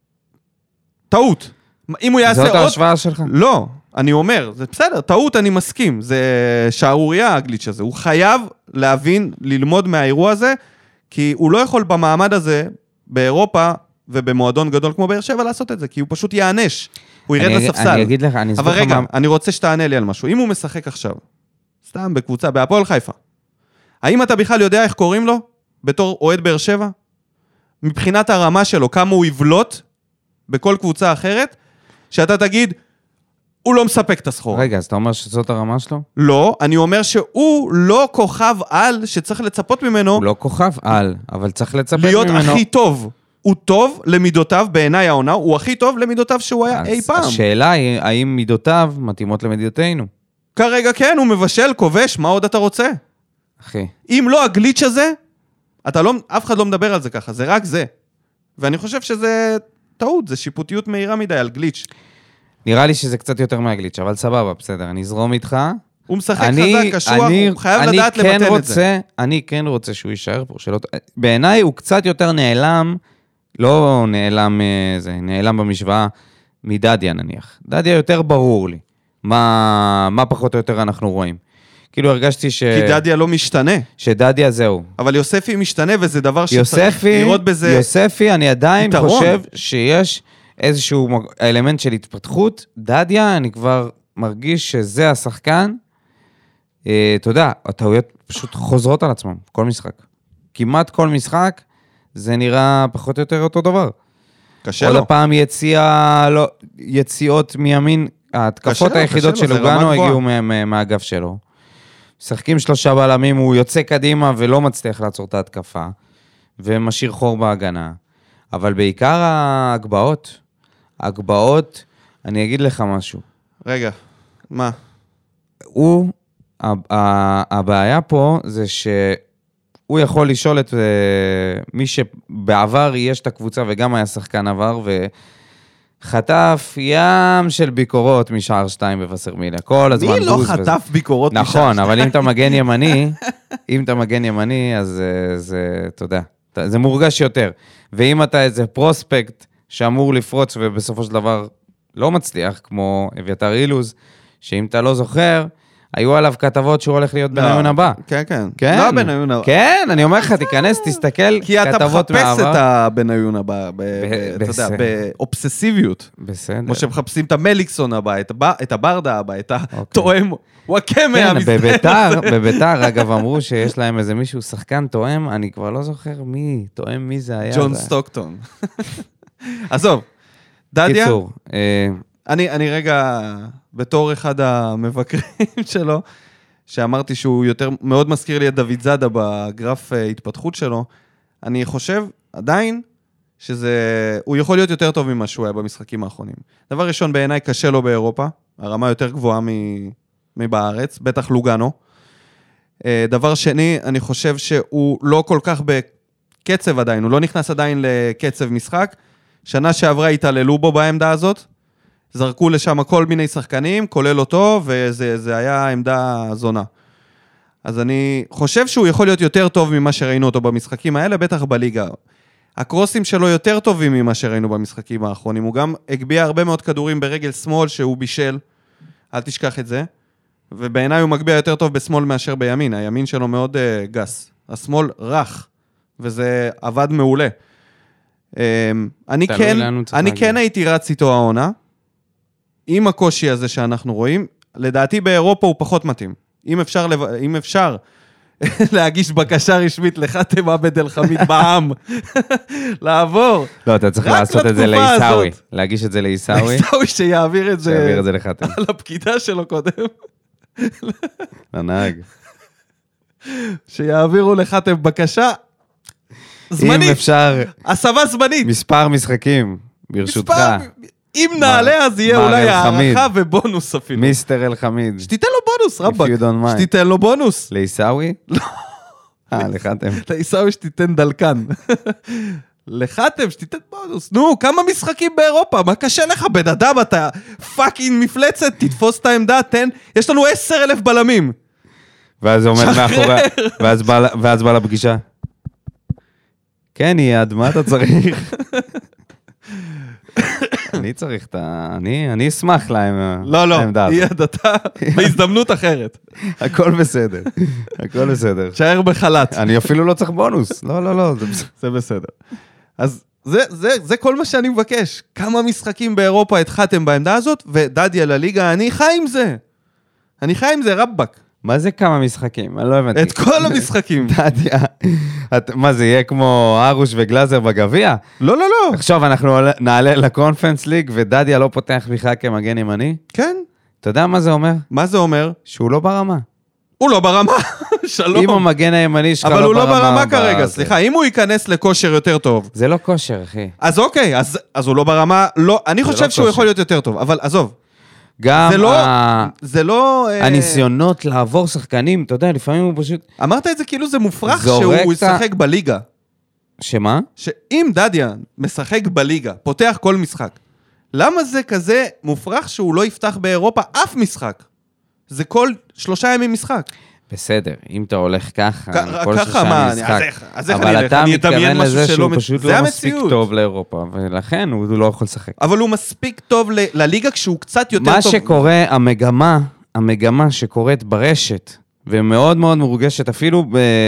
A: טעות. אם הוא יעשה עוד...
B: זאת ההשוואה שלך?
A: לא, אני אומר, זה בסדר, טעות אני מסכים. זה שערוריה הגליץ' הזה. הוא חייב להבין, ללמוד מהאירוע הזה, כי הוא לא יכול במעמד הזה, באירופה, ובמועדון גדול כמו באר שבע לעשות את זה, כי הוא פשוט יענש. הוא ירד לספסל.
B: אני אגיד לך, אני אסביר לך...
A: אבל רגע, אני רוצה שתענה לי על משהו. אם הוא משחק עכשיו, סתם בקבוצה, בהפועל חיפה, האם אתה בכלל יודע איך קוראים לו? בתור אוהד באר שבע? מבחינת הרמה שלו, כמה הוא יבלוט בכל קבוצה אחרת, שאתה תגיד, הוא לא מספק את הסחורה.
B: רגע, אז אתה אומר שזאת הרמה שלו?
A: לא, אני אומר שהוא לא כוכב על שצריך לצפות ממנו.
B: הוא לא כוכב על, אבל צריך לצפת ממנו.
A: להיות הכי טוב. הוא טוב למידותיו, בעיניי העונה, הוא הכי טוב למידותיו שהוא היה אי פעם.
B: השאלה היא, האם מידותיו מתאימות למידותינו?
A: כרגע כן, הוא מבשל, כובש, מה עוד אתה רוצה?
B: אחי.
A: אם לא הגליץ' הזה, אף אחד לא מדבר על זה ככה, זה רק זה. ואני חושב שזה טעות, זה שיפוטיות מהירה מדי על גליץ'.
B: נראה לי שזה קצת יותר מהגליץ', אבל סבבה, בסדר, אני אזרום איתך.
A: הוא משחק חזק, קשוח, הוא חייב לדעת לבטל את זה.
B: אני כן רוצה שהוא יישאר פה. בעיניי הוא קצת יותר נעלם, לא נעלם, נעלם במשוואה מדדיה נניח. דדיה יותר ברור לי, מה פחות או יותר אנחנו רואים. כאילו הרגשתי
A: כי דדיה לא משתנה.
B: שדדיה זהו.
A: אבל יוספי משתנה, וזה דבר שצריך לראות בזה...
B: יוספי, אני עדיין חושב שיש איזשהו אלמנט של התפתחות. דדיה, אני כבר מרגיש שזה השחקן. אתה יודע, הטעויות פשוט חוזרות על עצמם, כל משחק. כמעט כל משחק, זה נראה פחות או יותר אותו דבר.
A: קשה לו.
B: עוד הפעם יציאות מימין, ההתקפות היחידות של לוגנו הגיעו מהאגף שלו. משחקים 3 בלמים, הוא יוצא קדימה ולא מצליח לעצור את ההתקפה, ומשאיר חור בהגנה. אבל בעיקר ההגבהות, אני אגיד לך משהו.
A: רגע, מה?
B: הבעיה פה זה שהוא יכול לשאול את מי שבעבר יש את הקבוצה וגם היה שחקן עבר, חטף ים של ביקורות משער 2 בווסרמיליה. כל הזמן
A: מי לא חטף ביקורות משער 2?
B: נכון, אבל אם אתה מגן ימני, אז זה, אתה יודע, זה מורגש יותר. ואם אתה איזה פרוספקט שאמור לפרוץ ובסופו של דבר לא מצליח, כמו אביתר אילוז, שאם אתה לא זוכר, היו עליו כתבות שהוא הולך להיות בניון הבא.
A: כן, כן. לא בניון הבא.
B: כן, אני אומר לך, תיכנס, תסתכל,
A: כי אתה מחפש את הבניון הבא, אתה יודע, באובססיביות.
B: בסדר.
A: כמו שמחפשים את המליקסון הבא, את הברדה הבא, את התואם, וואקמה המסתכל.
B: בביתר, אגב, אמרו שיש להם איזה מישהו שחקן תואם, אני כבר לא זוכר מי, תואם מי זה היה.
A: ג'ון סטוקטון. עזוב, דדיה, אני רגע... בתור אחד המבקרים שלו, שאמרתי שהוא יותר, מאוד מזכיר לי את דוד זאדה בגרף התפתחות שלו, אני חושב עדיין הוא יכול להיות יותר טוב ממה שהוא היה במשחקים האחרונים. דבר ראשון, בעיניי קשה לו באירופה, הרמה יותר גבוהה מבארץ, בטח לוגנו. דבר שני, אני חושב שהוא לא כל כך קצב עדיין, הוא לא נכנס עדיין לקצב משחק. שנה שעברה התעללו בו בעמדה הזאת, זרקו לשם כל מיני שחקנים, כולל אותו, וזה היה עמדה זונה. אז אני חושב שהוא יכול להיות יותר טוב ממה שראינו אותו במשחקים האלה, בטח בליגה. הקרוסים שלו יותר טובים ממה שראינו במשחקים האחרונים. הוא גם הגביע הרבה מאוד כדורים ברגל שמאל שהוא בישל, אל תשכח את זה. ובעיניי הוא מגביע יותר טוב בשמאל מאשר בימין. הימין שלו מאוד גס. השמאל רך, וזה עבד מעולה. אני כן הייתי רץ איתו העונה, עם הקושי הזה שאנחנו רואים. לדעתי באירופה הוא פחות מתאים. אם אפשר להגיש בקשה רשמית לחתם עבד אל חמיד בעם, לעבור.
B: לא, אתה צריך לעשות את זה לאיסאווי. להגיש את זה לאיסאווי.
A: לאיסאווי שיעביר את זה
B: לחתם.
A: על הפקידה שלו קודם.
B: לנהג.
A: שיעבירו לחתם בקשה זמנית.
B: אם אפשר...
A: הסבה זמנית.
B: מספר משחקים, ברשותך.
A: אם נעלה אז יהיה אולי הערכה ובונוס אפילו.
B: מיסטר אל חמיד.
A: שתיתן לו בונוס, רבק. שתיתן לו בונוס.
B: לאיסאווי?
A: לא.
B: לחתם.
A: לאיסאווי שתיתן דלקן. לחתם שתיתן בונוס. נו, כמה משחקים באירופה? מה קשה לך? בן אדם, אתה פאקינג מפלצת, תתפוס את העמדה, תן. יש לנו 10,000 בלמים.
B: ואז עומד מאחורי, ואז בא לפגישה. כן, יעד, מה אתה צריך? אני צריך את ה... אני אשמח להם.
A: לא, יעד, אתה בהזדמנות אחרת.
B: הכל בסדר, הכל בסדר.
A: שער בחלט.
B: אני אפילו לא צריך בונוס. לא,
A: זה בסדר. אז זה כל מה שאני מבקש. כמה משחקים באירופה התחלתם בעמדה הזאת, ודדיה לליגה, אני חי עם זה, רבק.
B: מה זה כמה משחקים? אני לא הבנתי.
A: את כל המשחקים.
B: דדיה, מה זה יהיה כמו ארוש וגלאזר בגביע?
A: לא.
B: עכשיו אנחנו נעלה לקונפרנס ליג ודדיה לא פותח בכלל כמגן ימני?
A: כן.
B: אתה יודע מה זה אומר?
A: מה זה אומר?
B: שהוא לא ברמה.
A: הוא לא ברמה, שלום.
B: אם המגן הימני שלך לא ברמה...
A: אבל הוא לא ברמה כרגע, סליחה, אם הוא ייכנס לכושר יותר טוב...
B: זה לא כושר, אחי.
A: אז אוקיי, אז הוא לא ברמה, אני חושב שהוא יכול להיות יותר טוב, אבל עזוב.
B: גם
A: זה לא...
B: הניסיונות לעבור שחקנים, אתה יודע, לפעמים הוא פשוט...
A: אמרת את זה כאילו זה מופרך שהוא ישחק בליגה.
B: שמה?
A: שאם דדיה משחק בליגה, פותח כל משחק, למה זה כזה מופרך שהוא לא יפתח באירופה אף משחק? זה כל 3 ימים משחק.
B: בסדר, אם אתה הולך ככה, כל 3
A: ככה,
B: ימים משחק.
A: אז איך
B: אבל אתה
A: אני אדמיין
B: מתכוון לזה שהוא
A: שלא...
B: פשוט לא מספיק טוב לאירופה, ולכן הוא לא יכול לשחק.
A: אבל הוא מספיק טוב לליגה כשהוא קצת יותר
B: מה
A: טוב.
B: מה שקורה, המגמה שקורית ברשת, ומאוד מאוד מורגשת, אפילו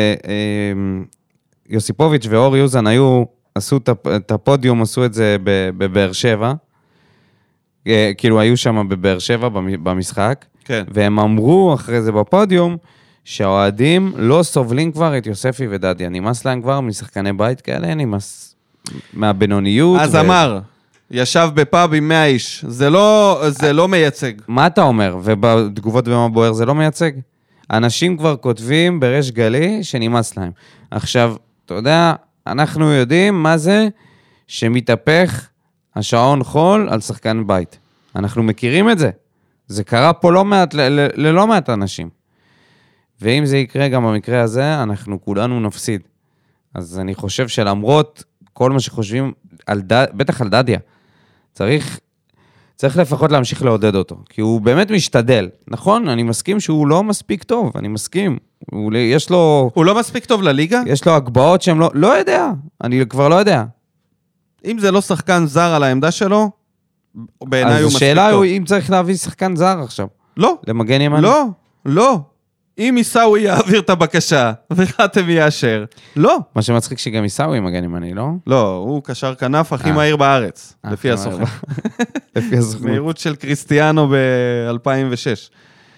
B: יוסיפוביץ' ואור יוזן עשו את הפודיום, עשו את זה בבאר שבע, כאילו היו שם בבאר שבע במשחק,
A: כן.
B: והם אמרו אחרי זה בפודיום, שהאוהדים לא סובלים כבר את יוספי ודדיה, נמאס להם כבר משחקני בית כאלה, נמאס מהבינוניות.
A: אז אמר, ישב בפאב עם 100 איש, זה לא מייצג.
B: מה אתה אומר? ובתגובות במה בוער זה לא מייצג? אנשים כבר כותבים בריש גלי שנמאס להם. עכשיו, אתה יודע, אנחנו יודעים מה זה שמתהפך השעון חול על שחקן בית. אנחנו מכירים את זה. זה קרה פה ללא מעט אנשים. ואם זה יקרה גם במקרה הזה, אנחנו כולנו נפסיד. אז אני חושב שלמרות כל מה שחושבים, בטח על דדיה, צריך לפחות להמשיך לעודד אותו, כי הוא באמת משתדל. נכון, אני מסכים שהוא לא מספיק טוב, אני מסכים. הוא
A: לא מספיק טוב לליגה?
B: יש לו הגבעות שהם לא יודע, אני כבר לא יודע.
A: אם זה לא שחקן זר על העמדה שלו, בעיניי הוא מספיק טוב. אז
B: השאלה הוא אם צריך להביא שחקן זר עכשיו.
A: לא.
B: למגן ימני.
A: לא. אם איסאווי יעביר את הבקשה, וחתם יאשר. לא.
B: מה שמצחיק שגם איסאווי מגן ימני, לא?
A: לא, הוא קשר כנף הכי מהיר בארץ, לפי הסוכנות.
B: לפי הסוכנות.
A: מהירות של קריסטיאנו ב-2006.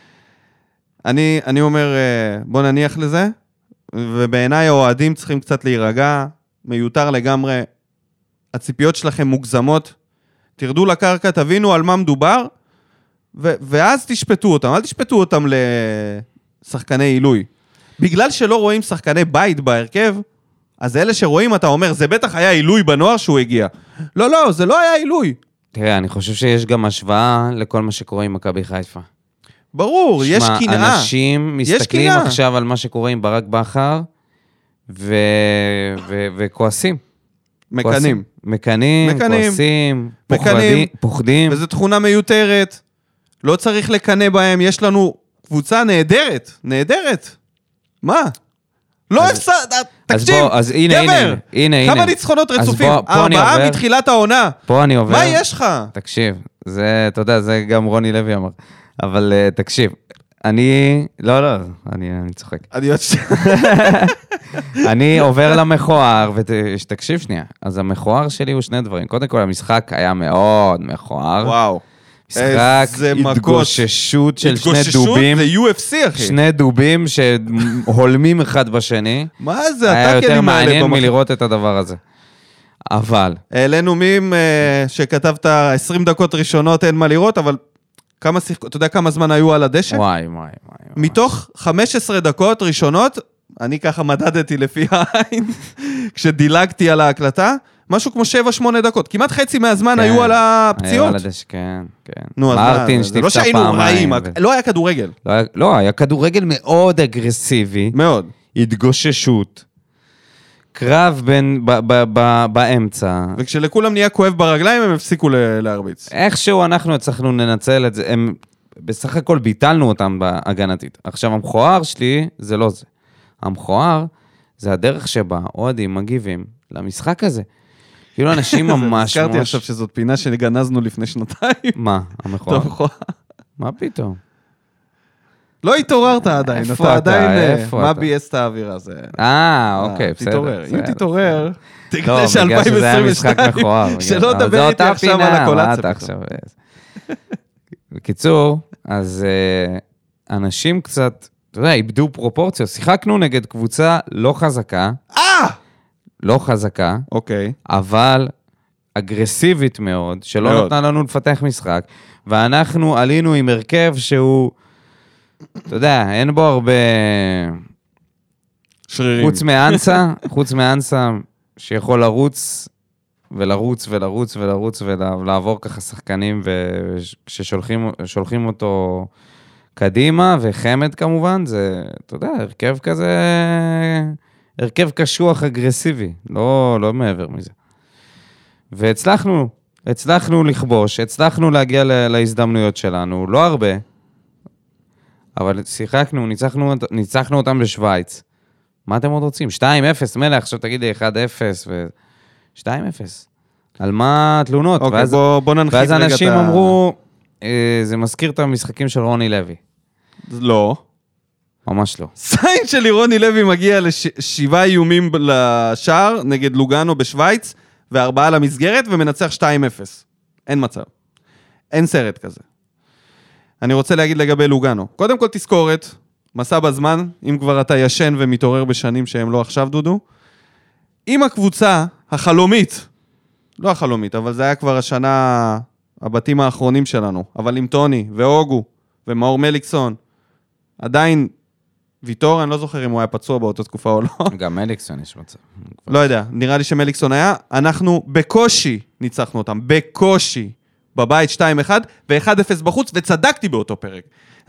A: אני אומר, בוא נניח לזה, ובעיניי האוהדים צריכים קצת להירגע, מיותר לגמרי, הציפיות שלכם מוגזמות, תרדו לקרקע, תבינו על מה מדובר, ואז תשפטו אותם, אל תשפטו אותם לשחקני עילוי. בגלל שלא רואים שחקני בית בהרכב, אז אלה שרואים, אתה אומר, זה בטח היה עילוי בנוער שהוא הגיע. לא, זה לא היה עילוי.
B: תראה, אני חושב שיש גם השוואה לכל מה שקורה עם מכבי חיפה.
A: ברור, יש קנאה.
B: אנשים מסתכלים עכשיו על מה שקורה עם ברק בכר, וכועסים.
A: מקנים.
B: מקנים, כועסים, פוחדים.
A: וזו תכונה מיותרת. לא צריך לקנה בהם, יש לנו קבוצה נהדרת. מה? לא הפסד, תקשיב, גבר, כמה ניצחונות רצופים, 4 מתחילת העונה.
B: פה אני עובר.
A: מה יש לך?
B: תקשיב, זה, אתה יודע, זה גם רוני לוי אמר. אבל תקשיב, אני צוחק. אני עובר למכוער, ותקשיב שנייה, אז המכוער שלי הוא שני דברים. קודם כל, המשחק היה מאוד מכוער.
A: וואו.
B: משחק התגוששות של שני דובים.
A: זה UFC, אחי.
B: שני דובים שהולמים אחד בשני.
A: מה זה?
B: היה יותר מעניין מלראות את הדבר הזה. אבל...
A: העלינו מים שכתבת 20 דקות ראשונות, אין מה לראות, אבל אתה יודע כמה זמן היו על הדשא?
B: וואי.
A: מתוך 15 דקות ראשונות, אני ככה מדדתי לפי העין, כשדילגתי על ההקלטה, משהו כמו 7-8 דקות. כמעט חצי מהזמן היו על הפציעות. היו
B: על הדשא, כן.
A: נו, אז זה לא שהיינו רעים, לא היה כדורגל.
B: לא, היה כדורגל מאוד אגרסיבי.
A: מאוד.
B: התגוששות. קרב באמצע.
A: וכשלכולם נהיה כואב ברגליים, הם הפסיקו להרביץ.
B: איכשהו אנחנו הצלחנו לנצל את זה. בסך הכל ביטלנו אותם בהגנתית. עכשיו, המכוער שלי זה לא זה. המכוער זה הדרך שבה אוהדים מגיבים למשחק הזה. כאילו אנשים ממש...
A: הזכרתי עכשיו שזאת פינה שגנזנו לפני שנתיים.
B: מה? המכוער? מה פתאום?
A: לא התעוררת עדיין.
B: איפה אתה?
A: מה בייס את האוויר הזה?
B: אוקיי, בסדר.
A: אם תתעורר,
B: תגלה ש-2022,
A: שלא דבר איתי עכשיו על הקולציה.
B: בקיצור, אז אנשים קצת, אתה יודע, איבדו פרופורציה. שיחקנו נגד קבוצה לא חזקה. לא חזקה.
A: אוקיי.
B: אבל אגרסיבית מאוד, שלא נתנה לנו לפתח משחק, ואנחנו עלינו עם הרכב שהוא, אתה יודע, אין בו הרבה...
A: שרירים.
B: חוץ מאנסה, שיכול לרוץ ולעבור ככה שחקנים, וכששולחים אותו קדימה, וחמד כמובן, זה, אתה יודע, הרכב כזה, הרכב קשוח אגרסיבי, לא מעבר מזה. והצלחנו לכבוש, הצלחנו להגיע להזדמנויות שלנו, לא הרבה, אבל שיחקנו, ניצחנו אותם בשוויץ. מה אתם עוד רוצים? 2-0, מלך, עכשיו תגידי 1-0 ו-2-0. על מה התלונות?
A: אוקיי, בוא ננחית רגע
B: ואז אנשים אמרו, זה מזכיר את המשחקים של רוני לוי.
A: לא.
B: ממש לא.
A: סיין שלי רוני לוי מגיע ל7 איומים לשער נגד לוגאנו בשוויץ, ו4 למסגרת, ומנצח 2-0. אין מצב. אין סרט כזה. אני רוצה להגיד לגבי לוגאנו. קודם כל תזכורת, מסע בזמן, אם כבר אתה ישן ומתעורר בשנים שהם לא עכשיו דודו, עם הקבוצה החלומית, לא החלומית, אבל זה היה כבר השנה, הבתים האחרונים שלנו, אבל עם טוני ואוגו ומאור מליקסון, עדיין ויטור, אני לא זוכר אם הוא היה פצוע באותה תקופה או לא.
B: גם מליקסון יש מצב.
A: לא יודע, נראה לי שמליקסון היה, אנחנו בקושי ניצחנו אותם, בקושי, בבית 2-1 ו-1-0 בחוץ, וצדקתי באותו פרק.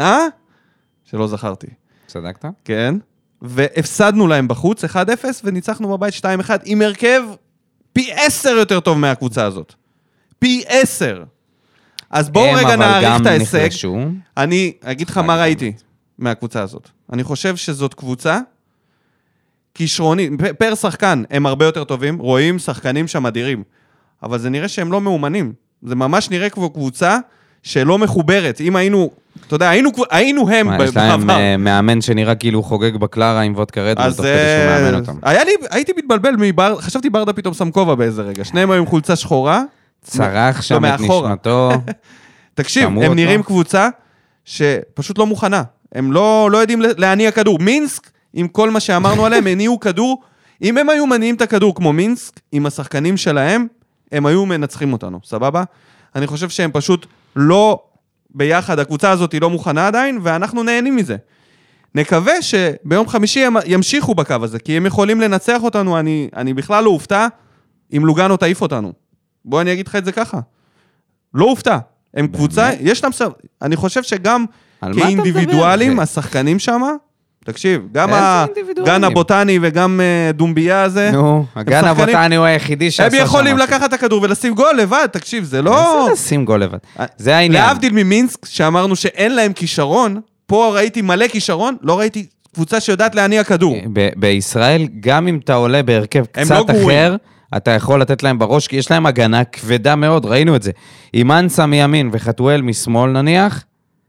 A: שלא זכרתי.
B: צדקת?
A: כן. והפסדנו להם בחוץ 1-0, וניצחנו בבית 2-1, עם הרכב פי 10 יותר טוב מהקבוצה הזאת. פי 10. אז בואו רגע נעריך את ההישג. אני אגיד לך מה ראיתי מהקבוצה הזאת. אני חושב שזאת קבוצה כישרונית, פר שחקן, הם הרבה יותר טובים, רואים שחקנים שם אדירים, אבל זה נראה שהם לא מאומנים. זה ממש נראה כמו קבוצה שלא מחוברת. אם היינו, אתה יודע, היינו הם
B: בעבר. יש להם מאמן שנראה כאילו חוגג בקלרה עם וודקה רד, תוך כדי שהוא מאמן אותם.
A: הייתי מתבלבל חשבתי ברדה פתאום שם כובע באיזה רגע. שניהם היו עם חולצה שחורה.
B: צרח שם את נשמתו.
A: תקשיב, הם נראים קבוצה שפשוט לא מוכנה. הם לא יודעים להניע כדור. מינסק, עם כל מה שאמרנו עליהם, הניעו כדור. אם הם היו מניעים את הכדור כמו מינסק, עם השחקנים שלהם, הם היו מנצחים אותנו, סבבה? אני חושב שהם פשוט לא ביחד, הקבוצה הזאת היא לא מוכנה עדיין, ואנחנו נהנים מזה. נקווה שביום חמישי הם ימשיכו בקו הזה, כי הם יכולים לנצח אותנו, אני בכלל לא הופתע אם לוגאנו תעיף אותנו. בוא אני אגיד לך את זה ככה. לא הופתע. הם קבוצה, יש להם, אני חושב שגם כאינדיבידואלים, השחקנים שם, תקשיב, גם
B: איזה אינדיבידואלים?
A: הגן הבוטני וגם דומביה הזה,
B: נו, הגן הבוטני הוא היחידי שעשה שם
A: הם יכולים
B: משהו.
A: לקחת את הכדור ולשים גול לבד, תקשיב, זה לא...
B: איזה לשים גול לבד? זה העניין.
A: להבדיל ממינסק, שאמרנו שאין להם כישרון, פה ראיתי מלא כישרון, לא ראיתי קבוצה שיודעת להניע כדור.
B: בישראל, גם אם אתה עולה בהרכב קצת אחר, אתה יכול לתת להם בראש, כי יש להם הגנה כבדה מאוד, ראינו את זה. עם אנסה מימין וחתואל משמאל נניח,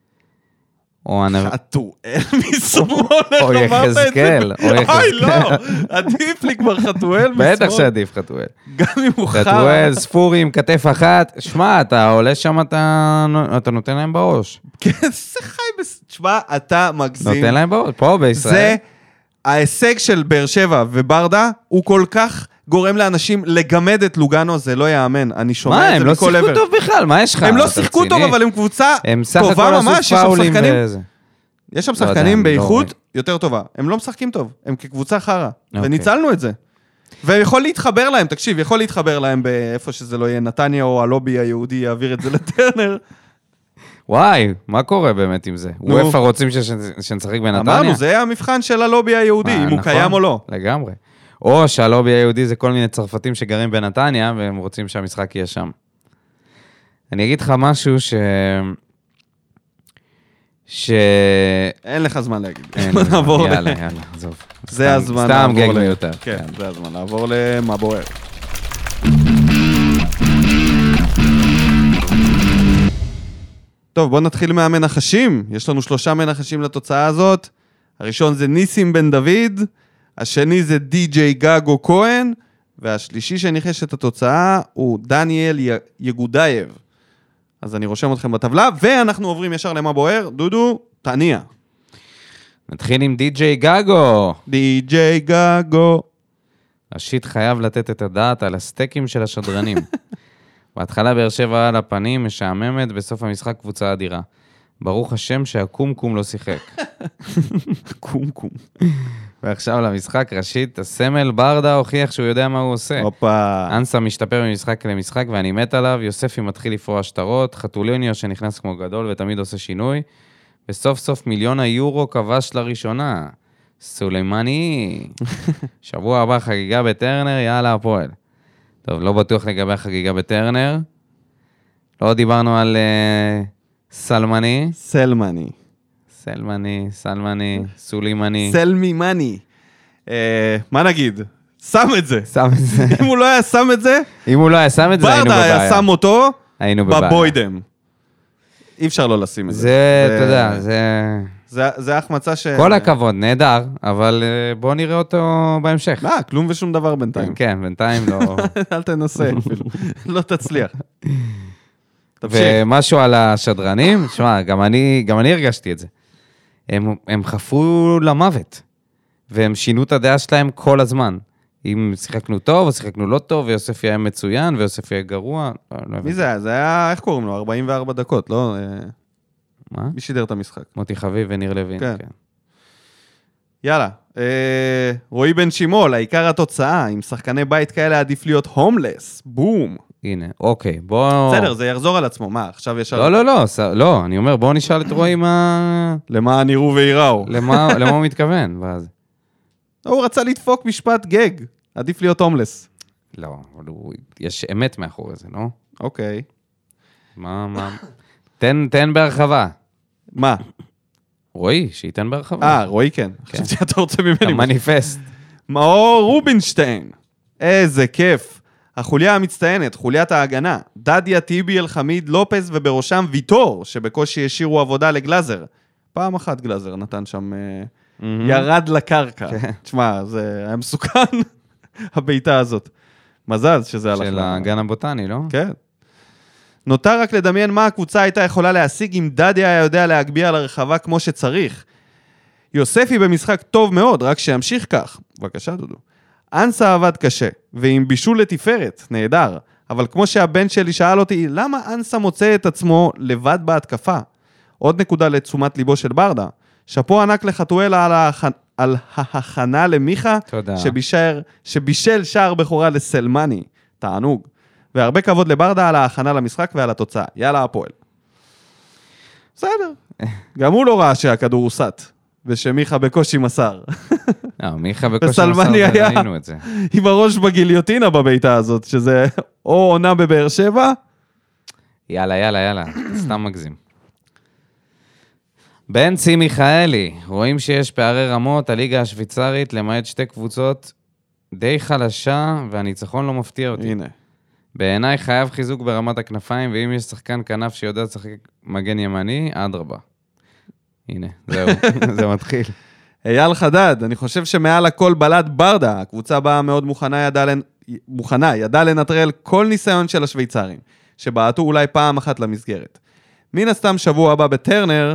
A: חתואל משמאל,
B: או יחזקאל.
A: אוי, לא, עדיף לי כבר חתואל משמאל.
B: בטח שעדיף חתואל.
A: גם אם הוא חר.
B: חתואל, ספורי עם כתף אחת, שמע, אתה עולה שם, אתה נותן להם בראש.
A: כן, זה חי, שמע, אתה מגזים.
B: נותן להם בראש, פה בישראל.
A: זה ההישג של באר שבע וברדה, הוא כל כך גורם לאנשים לגמד את לוגנו, זה לא יאמן, אני שומע את זה מכל עבר.
B: מה, הם לא שיחקו טוב בכלל, מה יש לך?
A: הם לא שיחקו טוב, אבל הם קבוצה טובה ממש, יש שם שחקנים. יש שם שחקנים באיכות יותר טובה. הם לא משחקים טוב, הם כקבוצה חרה, וניצלנו את זה. ויכול להתחבר להם, תקשיב, יכול להתחבר להם באיפה שזה לא יהיה, נתניה או הלובי היהודי יעביר את זה לטרנר.
B: וואי, מה קורה באמת עם זה? וופא רוצים שנשחק בנתניה?
A: אמרנו, זה המבחן של הלובי היהודי, אם הוא קיים או לא.
B: לגמרי. או שהלובי היהודי זה כל מיני צרפתים שגרים בנתניה, והם רוצים שהמשחק יהיה שם. אני אגיד לך משהו
A: אין לך זמן להגיד.
B: יאללה, עזוב.
A: זה הזמן
B: סתם גג מיותר.
A: כן, זה הזמן לעבור למה בוער. טוב, בואו נתחיל מהמנחשים. יש לנו 3 מנחשים לתוצאה הזאת. הראשון זה ניסים בן דוד, השני זה די.ג'יי גגו כהן, והשלישי שניחש את התוצאה הוא דניאל יגודייב. אז אני רושם אתכם בטבלה, ואנחנו עוברים ישר למה בוער. דודו, תעניע.
B: נתחיל עם די.ג'יי גגו.
A: די.ג'יי גגו.
B: השיט חייב לתת את הדעת על הסטייקים של השדרנים. בהתחלה באר שבע על הפנים, משעממת, בסוף המשחק קבוצה אדירה. ברוך השם שהקומקום לא שיחק.
A: קומקום.
B: ועכשיו למשחק, ראשית, הסמל ברדה הוכיח שהוא יודע מה הוא עושה.
A: הופה.
B: אנסה משתפר ממשחק למשחק ואני מת עליו, יוספי מתחיל לפרוע שטרות, חתוליניו שנכנס כמו גדול ותמיד עושה שינוי, וסוף סוף 1,000,000 יורו כבש לראשונה. סולימני. שבוע הבא חגיגה בטרנר, יאללה הפועל. טוב, לא בטוח לגבי החגיגה בטרנר. לא דיברנו על סלמני.
A: סלמני.
B: סלמני, סולימני.
A: סלמימני. מה נגיד? שם את זה.
B: שם את זה.
A: אם הוא לא היה שם את זה,
B: אם הוא לא היה שם את זה, היינו בבעיה.
A: ברדה היה שם אותו
B: בבוידם.
A: אי אפשר לא לשים את זה.
B: זה, אתה יודע,
A: זה החמצה ש...
B: כל הכבוד, נהדר, אבל בוא נראה אותו בהמשך.
A: כלום ושום דבר בינתיים.
B: כן, בינתיים לא...
A: אל תנסה אפילו. לא תצליח.
B: ומשהו על השדרנים, שמע, גם אני הרגשתי את זה. הם חפרו למוות, והם שינו את הדעה שלהם כל הזמן. אם שיחקנו טוב או שיחקנו לא טוב, ויוספי היה מצוין, ויוספי היה גרוע.
A: מי זה היה? זה היה, איך קוראים לו? 44 דקות, לא?
B: מה?
A: מי שידר את המשחק?
B: מוטי חביב וניר לוין.
A: כן. יאללה. רועי בן שימול, העיקר התוצאה, עם שחקני בית כאלה עדיף להיות הומלס. בום.
B: הנה, אוקיי, בוא...
A: בסדר, זה יחזור על עצמו. מה, עכשיו יש...
B: לא, אני אומר, בוא נשאל את רועי מה...
A: למה נראו ויראו.
B: למה הוא מתכוון, ואז...
A: הוא רצה לדפוק משפט גג. עדיף להיות הומלס.
B: לא, יש אמת מאחורי זה, לא?
A: אוקיי.
B: מה? תן בהרחבה.
A: מה?
B: רועי, שייתן בהרחבה.
A: רועי כן. חשבתי אתה רוצה ממני.
B: המניפסט.
A: מאור רובינשטיין. איזה כיף. החוליה המצטיינת, חוליית ההגנה. דדיה, טיבי, אלחמיד, לופס ובראשם ויטור, שבקושי השאירו עבודה לגלזר. פעם אחת גלזר נתן שם... ירד לקרקע. תשמע, זה היה מסוכן, הביתה הזאת. מזל שזה הלך.
B: של הגן הבוטני, לא?
A: כן. נותר רק לדמיין מה הקבוצה הייתה יכולה להשיג אם דדיה היה יודע להגביה לרחבה כמו שצריך. יוספי במשחק טוב מאוד, רק שימשיך כך. בבקשה, דודו. אנסה עבד קשה, ועם בישול לתפארת, נהדר. אבל כמו שהבן שלי שאל אותי, למה אנסה מוצא את עצמו לבד בהתקפה? עוד נקודה לתשומת ליבו של ברדה. שפו ענק לחתואל על ההכנה למיכה, שבישל שער בכורה לסלמני, תענוג. והרבה כבוד לברדה על ההכנה למשחק ועל התוצאה. יאללה הפועל. בסדר. גם הוא לא ראה שהכדור הוא סט. ושמיכה בקושי מסר.
B: מיכה בקושי
A: וסלמני
B: מסר,
A: היה
B: ראינו את זה.
A: עם הראש בגיליוטינה בביתה הזאת, שזה או עונה בבאר שבע.
B: יאללה, סתם מגזים. בן צי מיכאלי, רואים שיש פערי רמות, הליגה השוויצרית, למעט שתי קבוצות די חלשה, והניצחון לא מפתיע אותי.
A: הנה.
B: בעיניי חייב חיזוק ברמת הכנפיים, ואם יש שחקן כנף שיודע לשחק מגן ימני, אדרבה. הנה, זהו, זה מתחיל.
A: אייל חדד, אני חושב שמעל הכל בלט ברדה, הקבוצה באה מאוד מוכנה, ידעה לנטרל כל ניסיון של השוויצרים, שבעטו אולי פעם אחת למסגרת. מן הסתם שבוע הבא בטרנר,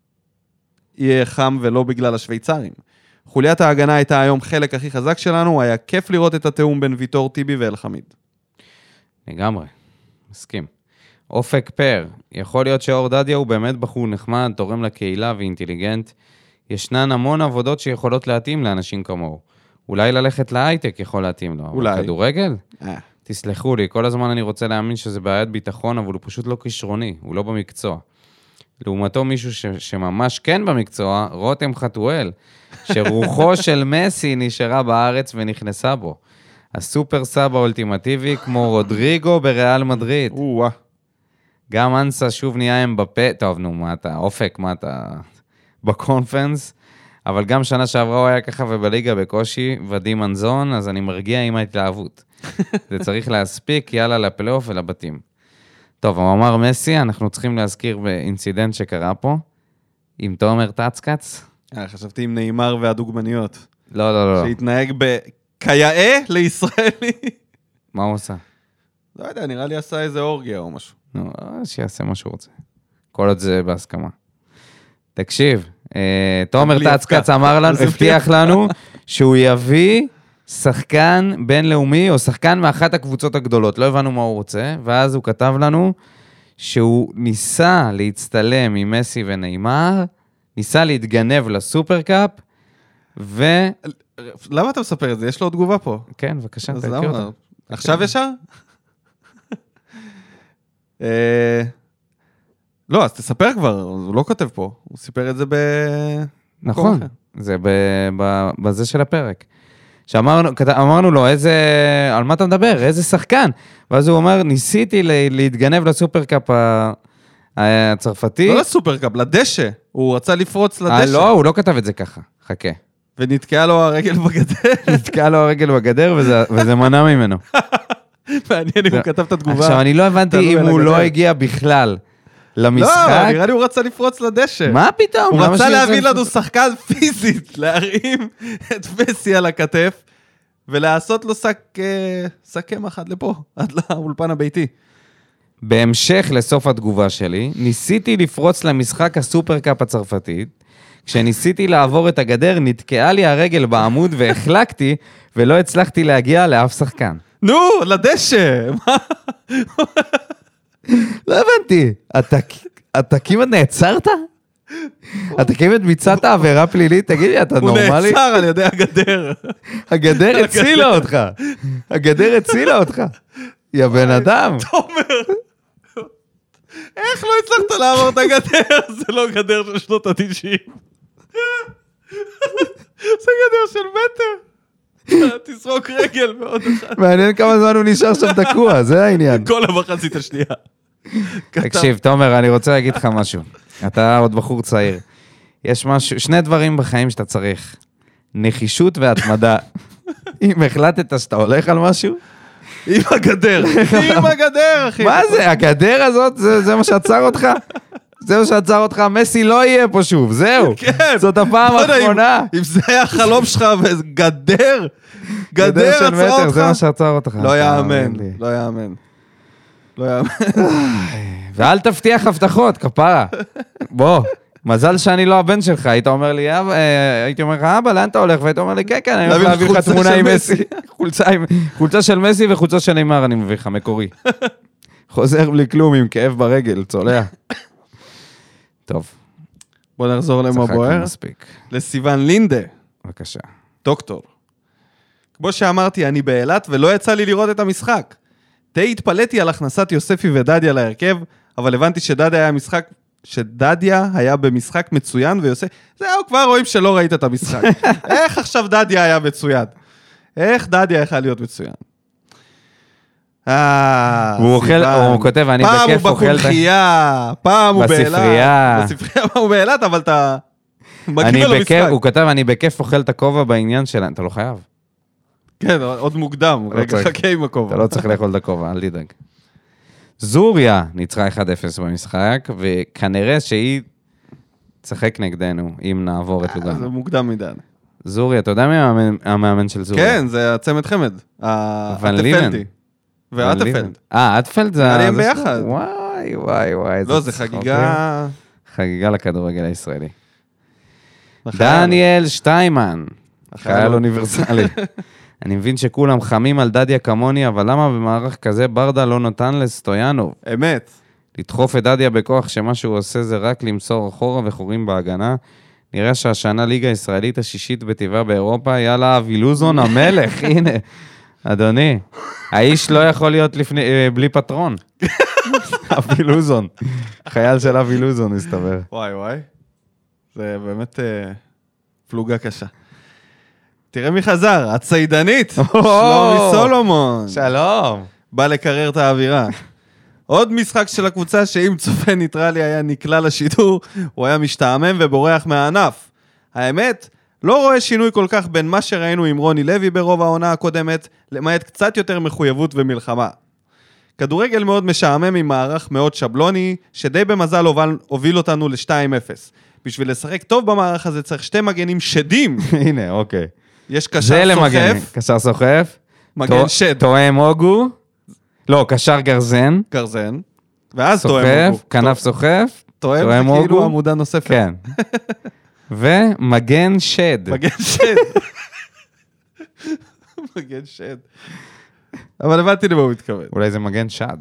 A: יהיה חם ולא בגלל השוויצרים. חוליית ההגנה הייתה היום חלק הכי חזק שלנו, היה כיף לראות את התאום בין ויטור טיבי ואל חמיד.
B: לגמרי, מסכים. אופק פר, יכול להיות שאור דדיה הוא באמת בחור נחמד, תורם לקהילה ואינטליגנט. ישנן המון עבודות שיכולות להתאים לאנשים כמוהו. אולי ללכת להייטק יכול להתאים לו.
A: אולי.
B: כדורגל? תסלחו לי, כל הזמן אני רוצה להאמין שזה בעיית ביטחון, אבל הוא פשוט לא כישרוני, הוא לא במקצוע. לעומתו מישהו שממש כן במקצוע, רותם חתואל, שרוחו של מסי נשארה בארץ ונכנסה בו. הסופר סאב האולטימטיבי כמו רודריגו בריאל מדריד. גם אנסה שוב נהיה אמבפה, טוב נו, מה אתה, אופק, מה אתה, בקונפרנס, אבל גם שנה שעברה הוא היה ככה ובליגה בקושי, ודים מנזון, אז אני מרגיע עם ההתלהבות. זה צריך להספיק, יאללה לפלייאוף ולבתים. טוב, אמר מסי, אנחנו צריכים להזכיר באינצידנט שקרה פה, עם תומר טצקץ.
A: חשבתי עם נאמר והדוגמניות.
B: לא.
A: שהתנהג כיאה לישראלי.
B: מה הוא עושה?
A: לא יודע, נראה לי עשה איזה אורגיה או משהו.
B: נו, שיעשה מה שהוא רוצה. כל עוד זה בהסכמה. תקשיב, תומר טצקץ אמר לנו, הבטיח לנו, שהוא יביא שחקן בינלאומי, או שחקן מאחת הקבוצות הגדולות. לא הבנו מה הוא רוצה, ואז הוא כתב לנו, שהוא ניסה להצטלם עם מסי ונאמר, ניסה להתגנב לסופרקאפ,
A: למה אתה מספר את זה? יש לו תגובה פה.
B: כן, בבקשה,
A: תקריא אותה. עכשיו ישר? לא, אז תספר כבר, הוא לא כותב פה, הוא סיפר את זה
B: נכון, זה בזה של הפרק. שאמרנו לו, על מה אתה מדבר? איזה שחקן? ואז הוא אומר, ניסיתי להתגנב לסופרקאפ הצרפתי.
A: לא לסופרקאפ, לדשא. הוא רצה לפרוץ לדשא.
B: לא, הוא לא כתב את זה ככה. חכה.
A: ונתקעה לו הרגל בגדר.
B: נתקעה לו הרגל בגדר, וזה מנע ממנו.
A: מעניין אם הוא כתב את התגובה.
B: עכשיו, אני לא הבנתי אם הוא לא הגיע בכלל למשחק.
A: לא, נראה לי הוא רצה לפרוץ לדשא.
B: מה פתאום?
A: הוא רצה להביא לנו שחקן פיזית, להרים את מסי על הכתף, ולעשות לו סכם אחד לפה, עד לאולפן הביתי.
B: בהמשך לסוף התגובה שלי, ניסיתי לפרוץ למשחק הסופרקאפ הצרפתית, כשניסיתי לעבור את הגדר, נתקעה לי הרגל בעמוד והחלקתי, ולא הצלחתי להגיע לאף שחקן.
A: נו, לדשא!
B: לא הבנתי, אתה כמעט נעצרת? אתה כמעט ביצעת עבירה פלילית? תגידי, אתה נורמלי?
A: הוא נעצר על ידי הגדר.
B: הגדר הצילה אותך. הגדר הצילה אותך. יא בן אדם.
A: תומר, איך לא הצלחת לעבור את הגדר? זה לא גדר של שנות ה-90. זה גדר של מטר. תסרוק רגל מאוד אחד.
B: מעניין כמה זמן הוא נשאר שם תקוע, זה העניין.
A: כל המחצית השנייה.
B: תקשיב, תומר, אני רוצה להגיד לך משהו. אתה עוד בחור צעיר. יש משהו, שני דברים בחיים שאתה צריך. נחישות והתמדה. אם החלטת שאתה הולך על משהו,
A: עם הגדר. עם הגדר, אחי.
B: מה זה? הגדר הזאת, זה מה שעצר אותך? זה מה שעצר אותך, מסי לא יהיה פה שוב, זהו.
A: כן.
B: זאת הפעם האחרונה.
A: אם זה היה החלום שלך, גדר,
B: גדר של
A: עצרה
B: מטר,
A: אותך.
B: זה מה שעצר אותך.
A: לא יאמן, לא יאמן. לא יאמן.
B: ואל תבטיח הבטחות, כפרה. בוא, מזל שאני לא הבן שלך, היית אומר לי, הייתי אומר לך, אבא, לאן אתה הולך? והיית אומר לי, כן, אני הולך להביא לך תמונה עם מסי. חולצה של מסי וחולצה של נאמר, אני מביא לך, מקורי. חוזר בלי כלום, עם כאב ברגל, צולע. טוב.
A: בוא נחזור למה בוער. לסיוון לינדה.
B: בבקשה.
A: דוקטור. כמו שאמרתי, אני באילת ולא יצא לי לראות את המשחק. התפלאתי על הכנסת יוספי ודדיה להרכב, אבל הבנתי שדדיה היה משחק שדדיה היה במשחק מצוין, ויוסי, זהו, כבר רואים שלא ראית את המשחק. איך עכשיו דדיה היה מצוין? איך דדיה יכול להיות מצוין?
B: הוא כותב, אני בכיף אוכל...
A: פעם הוא בקונחייה, פעם הוא באילת.
B: בספרייה.
A: פעם הוא באילת, אבל אתה מגיע לו משחק.
B: הוא כותב, אני בכיף אוכל את הכובע בעניין שלהם, אתה לא חייב.
A: כן, עוד מוקדם, רגע חכה עם הכובע.
B: אתה לא צריך לאכול את הכובע, אל תדאג. זוריה ניצחה 1-0 במשחק, וכנראה שהיא תשחק נגדנו, אם נעבור את לוגאנו.
A: זה מוקדם מדי.
B: זוריה, אתה יודע מי המאמן של זוריה?
A: כן, זה הצמד חמד.
B: ון ליבן.
A: ואטפלד.
B: אטפלד זה...
A: עליהם ביחד.
B: וואי.
A: לא, זה חגיגה...
B: חגיגה לכדורגל הישראלי. דניאל שטיימן, חייל אוניברסלי. אני מבין שכולם חמים על דדיה כמוני, אבל למה במערך כזה ברדה לא נותן לסטויאנוב?
A: אמת.
B: לדחוף את דדיה בכוח שמה שהוא עושה זה רק למסור אחורה וחורים בהגנה. נראה שהשנה ליגה הישראלית השישית בטבעה באירופה, יאללה, אבילוזון המלך, הנה. אדוני, האיש לא יכול להיות בלי פטרון. אבילוזון. חייל של אבילוזון, מסתבר.
A: וואי. זה באמת פלוגה קשה. תראה מי חזר, הציידנית, שלומי סולומון.
B: שלום.
A: בא לקרר את האווירה. עוד משחק של הקבוצה שאם צופה ניטרלי היה נקלע לשידור, הוא היה משתעמם ובורח מהענף. האמת, לא רואה שינוי כל כך בין מה שראינו עם רוני לוי ברוב העונה הקודמת, למעט קצת יותר מחויבות ומלחמה. כדורגל מאוד משעמם עם מערך מאוד שבלוני, שדי במזל הוביל אותנו ל-2-0. בשביל לשחק טוב במערך הזה צריך שתי מגנים שדים.
B: הנה, אוקיי.
A: יש קשר סוחף.
B: קשר סוחף.
A: מגן שד.
B: תואם אוגו. לא, קשר גרזן.
A: גרזן. ואז תואם אוגו.
B: כנף סוחף.
A: תואם זה כאילו עמודה נוספת.
B: כן. ומגן שד.
A: מגן שד. מגן שד. אבל הבנתי למה הוא מתכוון.
B: אולי זה מגן שד.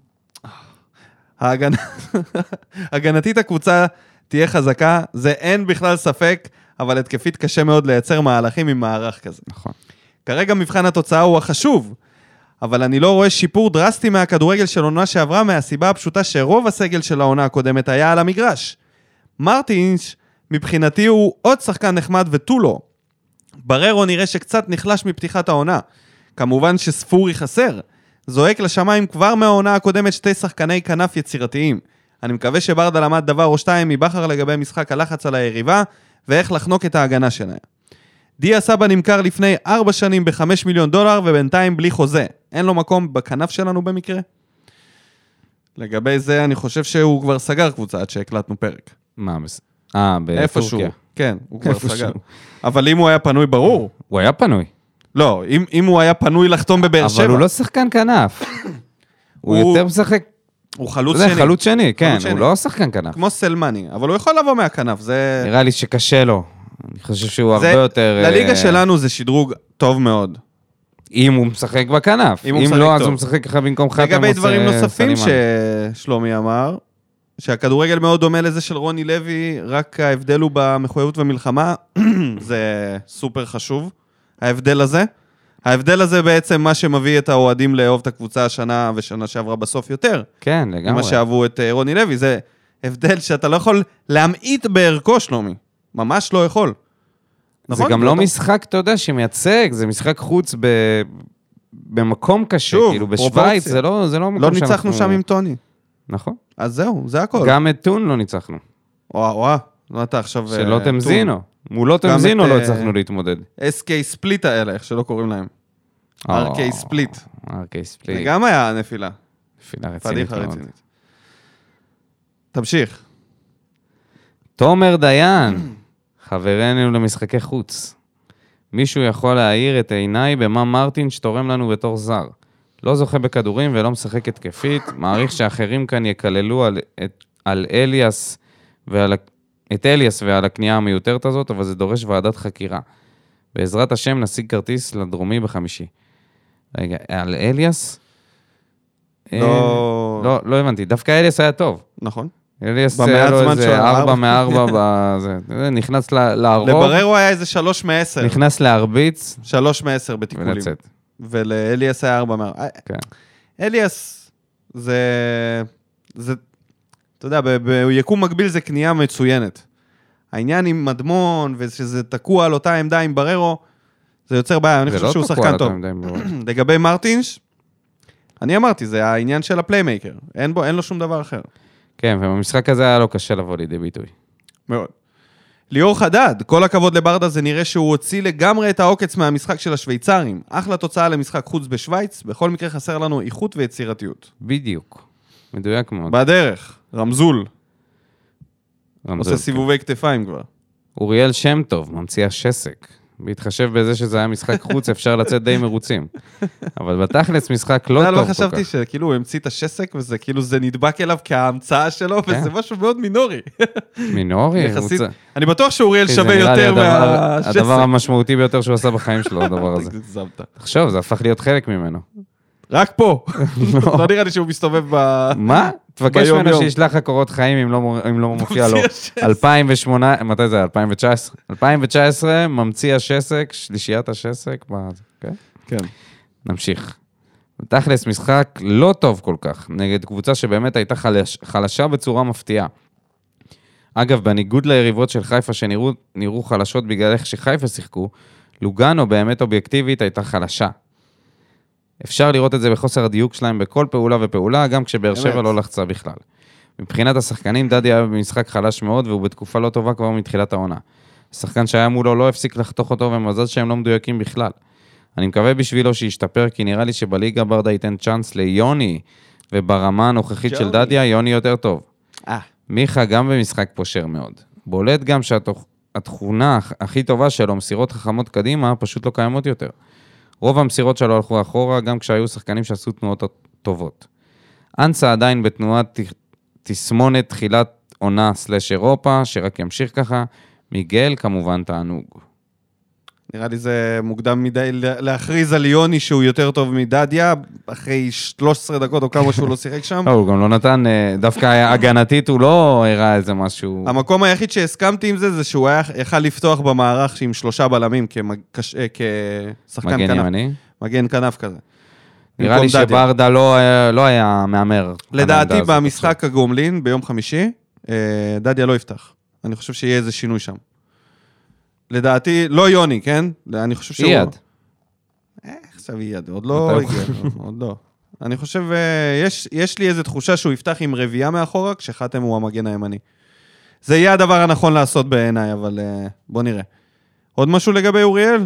A: הגנתית הקבוצה תהיה חזקה, זה אין בכלל ספק, אבל התקפית קשה מאוד לייצר מהלכים עם מערך כזה.
B: נכון.
A: כרגע מבחן התוצאה הוא החשוב, אבל אני לא רואה שיפור דרסטי מהכדורגל של עונה שעברה, מהסיבה הפשוטה שרוב הסגל של העונה הקודמת היה על המגרש. מרטינש, מבחינתי הוא עוד שחקן נחמד ותו לא. בררו נראה שקצת נחלש מפתיחת העונה. כמובן שספורי חסר. זועק לשמיים כבר מהעונה הקודמת שתי שחקני כנף יצירתיים. אני מקווה שברדה למד דבר או שתיים מבחר לגבי משחק הלחץ על היריבה, ואיך לחנוק את ההגנה שלהם. דיה סבא נמכר לפני 4 שנים ב$5 מיליון, ובינתיים בלי חוזה. אין לו מקום בכנף שלנו במקרה? לגבי זה אני חושב שהוא כבר סגר קבוצה עד שהקלטנו פרק.
B: מה? בטורקיה.
A: כן, הוא כבר סגר. אבל אם הוא היה פנוי ברור.
B: הוא היה פנוי.
A: לא, אם הוא היה פנוי לחתום בבאר שבע.
B: אבל הוא לא שחקן כנף. הוא יותר משחק...
A: הוא חלוץ שני.
B: זה חלוץ שני, כן, הוא לא שחקן כנף.
A: כמו סלמני, אבל הוא יכול לבוא מהכנף, זה...
B: נראה לי שקשה לו. אני חושב שהוא הרבה יותר...
A: לליגה שלנו זה שדרוג טוב מאוד.
B: אם הוא משחק בכנף. אם לא, אז הוא משחק ככה במקום חתם.
A: לגבי דברים נוספים ששלומי אמר, שהכדורגל מאוד דומה לזה של רוני לוי, רק ההבדל הוא במחויבות ומלחמה, זה סופר חשוב, ההבדל הזה. ההבדל הזה בעצם מה שמביא את האוהדים לאהוב את הקבוצה השנה ושנה שעברה בסוף יותר.
B: כן, לגמרי.
A: מה שאהבו את רוני לוי, זה הבדל שאתה לא יכול להמעיט בערכו, שלומי. ממש לא יכול.
B: זה גם לא משחק, אתה יודע, שמייצג, זה משחק חוץ במקום קשה, כאילו בשוויץ, זה לא מקום שאנחנו...
A: לא ניצחנו שם עם טוני.
B: נכון.
A: אז זהו, זה הכל.
B: גם את טון לא ניצחנו.
A: וואו, לא אתה עכשיו...
B: שלא תמזינו. מולו תמזינו לא הצלחנו להתמודד.
A: SK ספליט האלה, איך שלא קוראים להם. RK ספליט.
B: RK ספליט.
A: זה גם היה נפילה.
B: נפילה רצינית מאוד.
A: תמשיך.
B: תומר דיין, חברנו למשחקי חוץ. מישהו יכול להעיר את עיניי במה מרטין שתורם לנו בתור זר. לא זוכה בכדורים ולא משחק התקפית, מעריך שאחרים כאן יקללו על אליאס את אליאס ועל הקנייה המיותרת הזאת, אבל זה דורש ועדת חקירה. בעזרת השם נשיג כרטיס לדרומי בחמישי. רגע, על אליאס? לא הבנתי, דווקא אליאס היה טוב.
A: נכון.
B: אליאס היה לו איזה 4 מ-4, נכנס להרוג.
A: לבררו היה איזה 3 מ-10.
B: נכנס להרביץ.
A: 3 מ-10 בתיקולים.
B: ולצאת.
A: ולאליאס היה 4 מ-4.
B: כן.
A: אליאס זה... אתה יודע, ביקום מקביל זה קנייה מצוינת. העניין עם מדמון, ושזה תקוע על אותה עמדה עם בררו, זה יוצר בעיה, אני חושב שהוא שחקן טוב. לגבי מרטינש, אני אמרתי, זה העניין של הפליימייקר, אין לו שום דבר אחר.
B: כן, ובמשחק הזה היה לו קשה לבוא לידי ביטוי.
A: מאוד. ליאור חדד, כל הכבוד לברדה, זה נראה שהוא הוציא לגמרי את העוקץ מהמשחק של השוויצרים. אחלה תוצאה למשחק חוץ בשוויץ, בכל מקרה חסר לנו איכות ויצירתיות.
B: בדיוק. מדויק מאוד.
A: בדרך, רמזול. עושה סיבובי כתפיים כבר.
B: אוריאל שם טוב, ממציא השסק. בהתחשב בזה שזה היה משחק חוץ, אפשר לצאת די מרוצים. אבל בתכלס משחק לא טוב כל כך.
A: לא חשבתי שכאילו הוא המציא את השסק, וזה כאילו זה נדבק אליו כהמצאה שלו, וזה משהו מאוד מינורי.
B: מינורי?
A: אני בטוח שאוריאל שווה יותר מהשסק.
B: הדבר המשמעותי ביותר שהוא עשה בחיים שלו, הדבר הזה. תחשוב, זה הפך להיות חלק ממנו.
A: רק פה. לא נראה לי שהוא מסתובב ביום.
B: מה? תבקש ממנו שישלח לך קורות חיים אם לא מופיע לו. 2008, מתי זה? 2019. 2019, ממציא השסק, שלישיית השסק.
A: כן.
B: נמשיך. תכלס משחק לא טוב כל כך, נגד קבוצה שבאמת הייתה חלשה בצורה מפתיעה. אגב, בניגוד ליריבות של חיפה שנראו חלשות בגלל איך שחיפה שיחקו, לוגאנו באמת אובייקטיבית הייתה חלשה. אפשר לראות את זה בחוסר הדיוק שלהם בכל פעולה ופעולה, גם כשבאר שבע לא לחצה בכלל. מבחינת השחקנים, דדי היה במשחק חלש מאוד, והוא בתקופה לא טובה כבר מתחילת העונה. השחקן שהיה מולו לא הפסיק לחתוך אותו, ומזל שהם לא מדויקים בכלל. אני מקווה בשבילו שישתפר, כי נראה לי שבליגה ברדה ייתן צ'אנס ליוני, וברמה הנוכחית של דדיה, יוני יותר טוב. מיכה גם במשחק פושר מאוד. בולט גם שהתכונה הכי טובה שלו, מסירות חכמות קדימה, פשוט לא קיימות יותר. רוב המסירות שלו הלכו אחורה, גם כשהיו שחקנים שעשו תנועות טובות. אנסה עדיין בתנועת תסמונת תחילת עונה סלש אירופה, שרק ימשיך ככה. מיגל כמובן תענוג.
A: נראה לי זה מוקדם מדי להכריז על יוני שהוא יותר טוב מדדיה, אחרי 13 דקות או כמה שהוא לא שיחק שם.
B: הוא גם לא נתן, דווקא הגנתית הוא לא הראה איזה משהו.
A: המקום היחיד שהסכמתי עם זה, זה שהוא יכל לפתוח במערך עם 3 בלמים כשחקן
B: מגן
A: כנף.
B: ימני?
A: מגן כנף כזה.
B: נראה לי שברדה לא היה מאמר.
A: לדעתי במשחק הגומלין ביום חמישי, דדיה לא יפתח. אני חושב שיהיה איזה שינוי שם. לדעתי, לא יוני, כן? אני חושב שהוא...
B: יד.
A: עכשיו יד, עוד לא הגיע, עוד לא. אני חושב, יש לי איזו תחושה שהוא יפתח עם רביעה מאחורה, כשחתם הוא המגן הימני. זה יהיה הדבר הנכון לעשות בעיניי, אבל בוא נראה. עוד משהו לגבי אוריאל?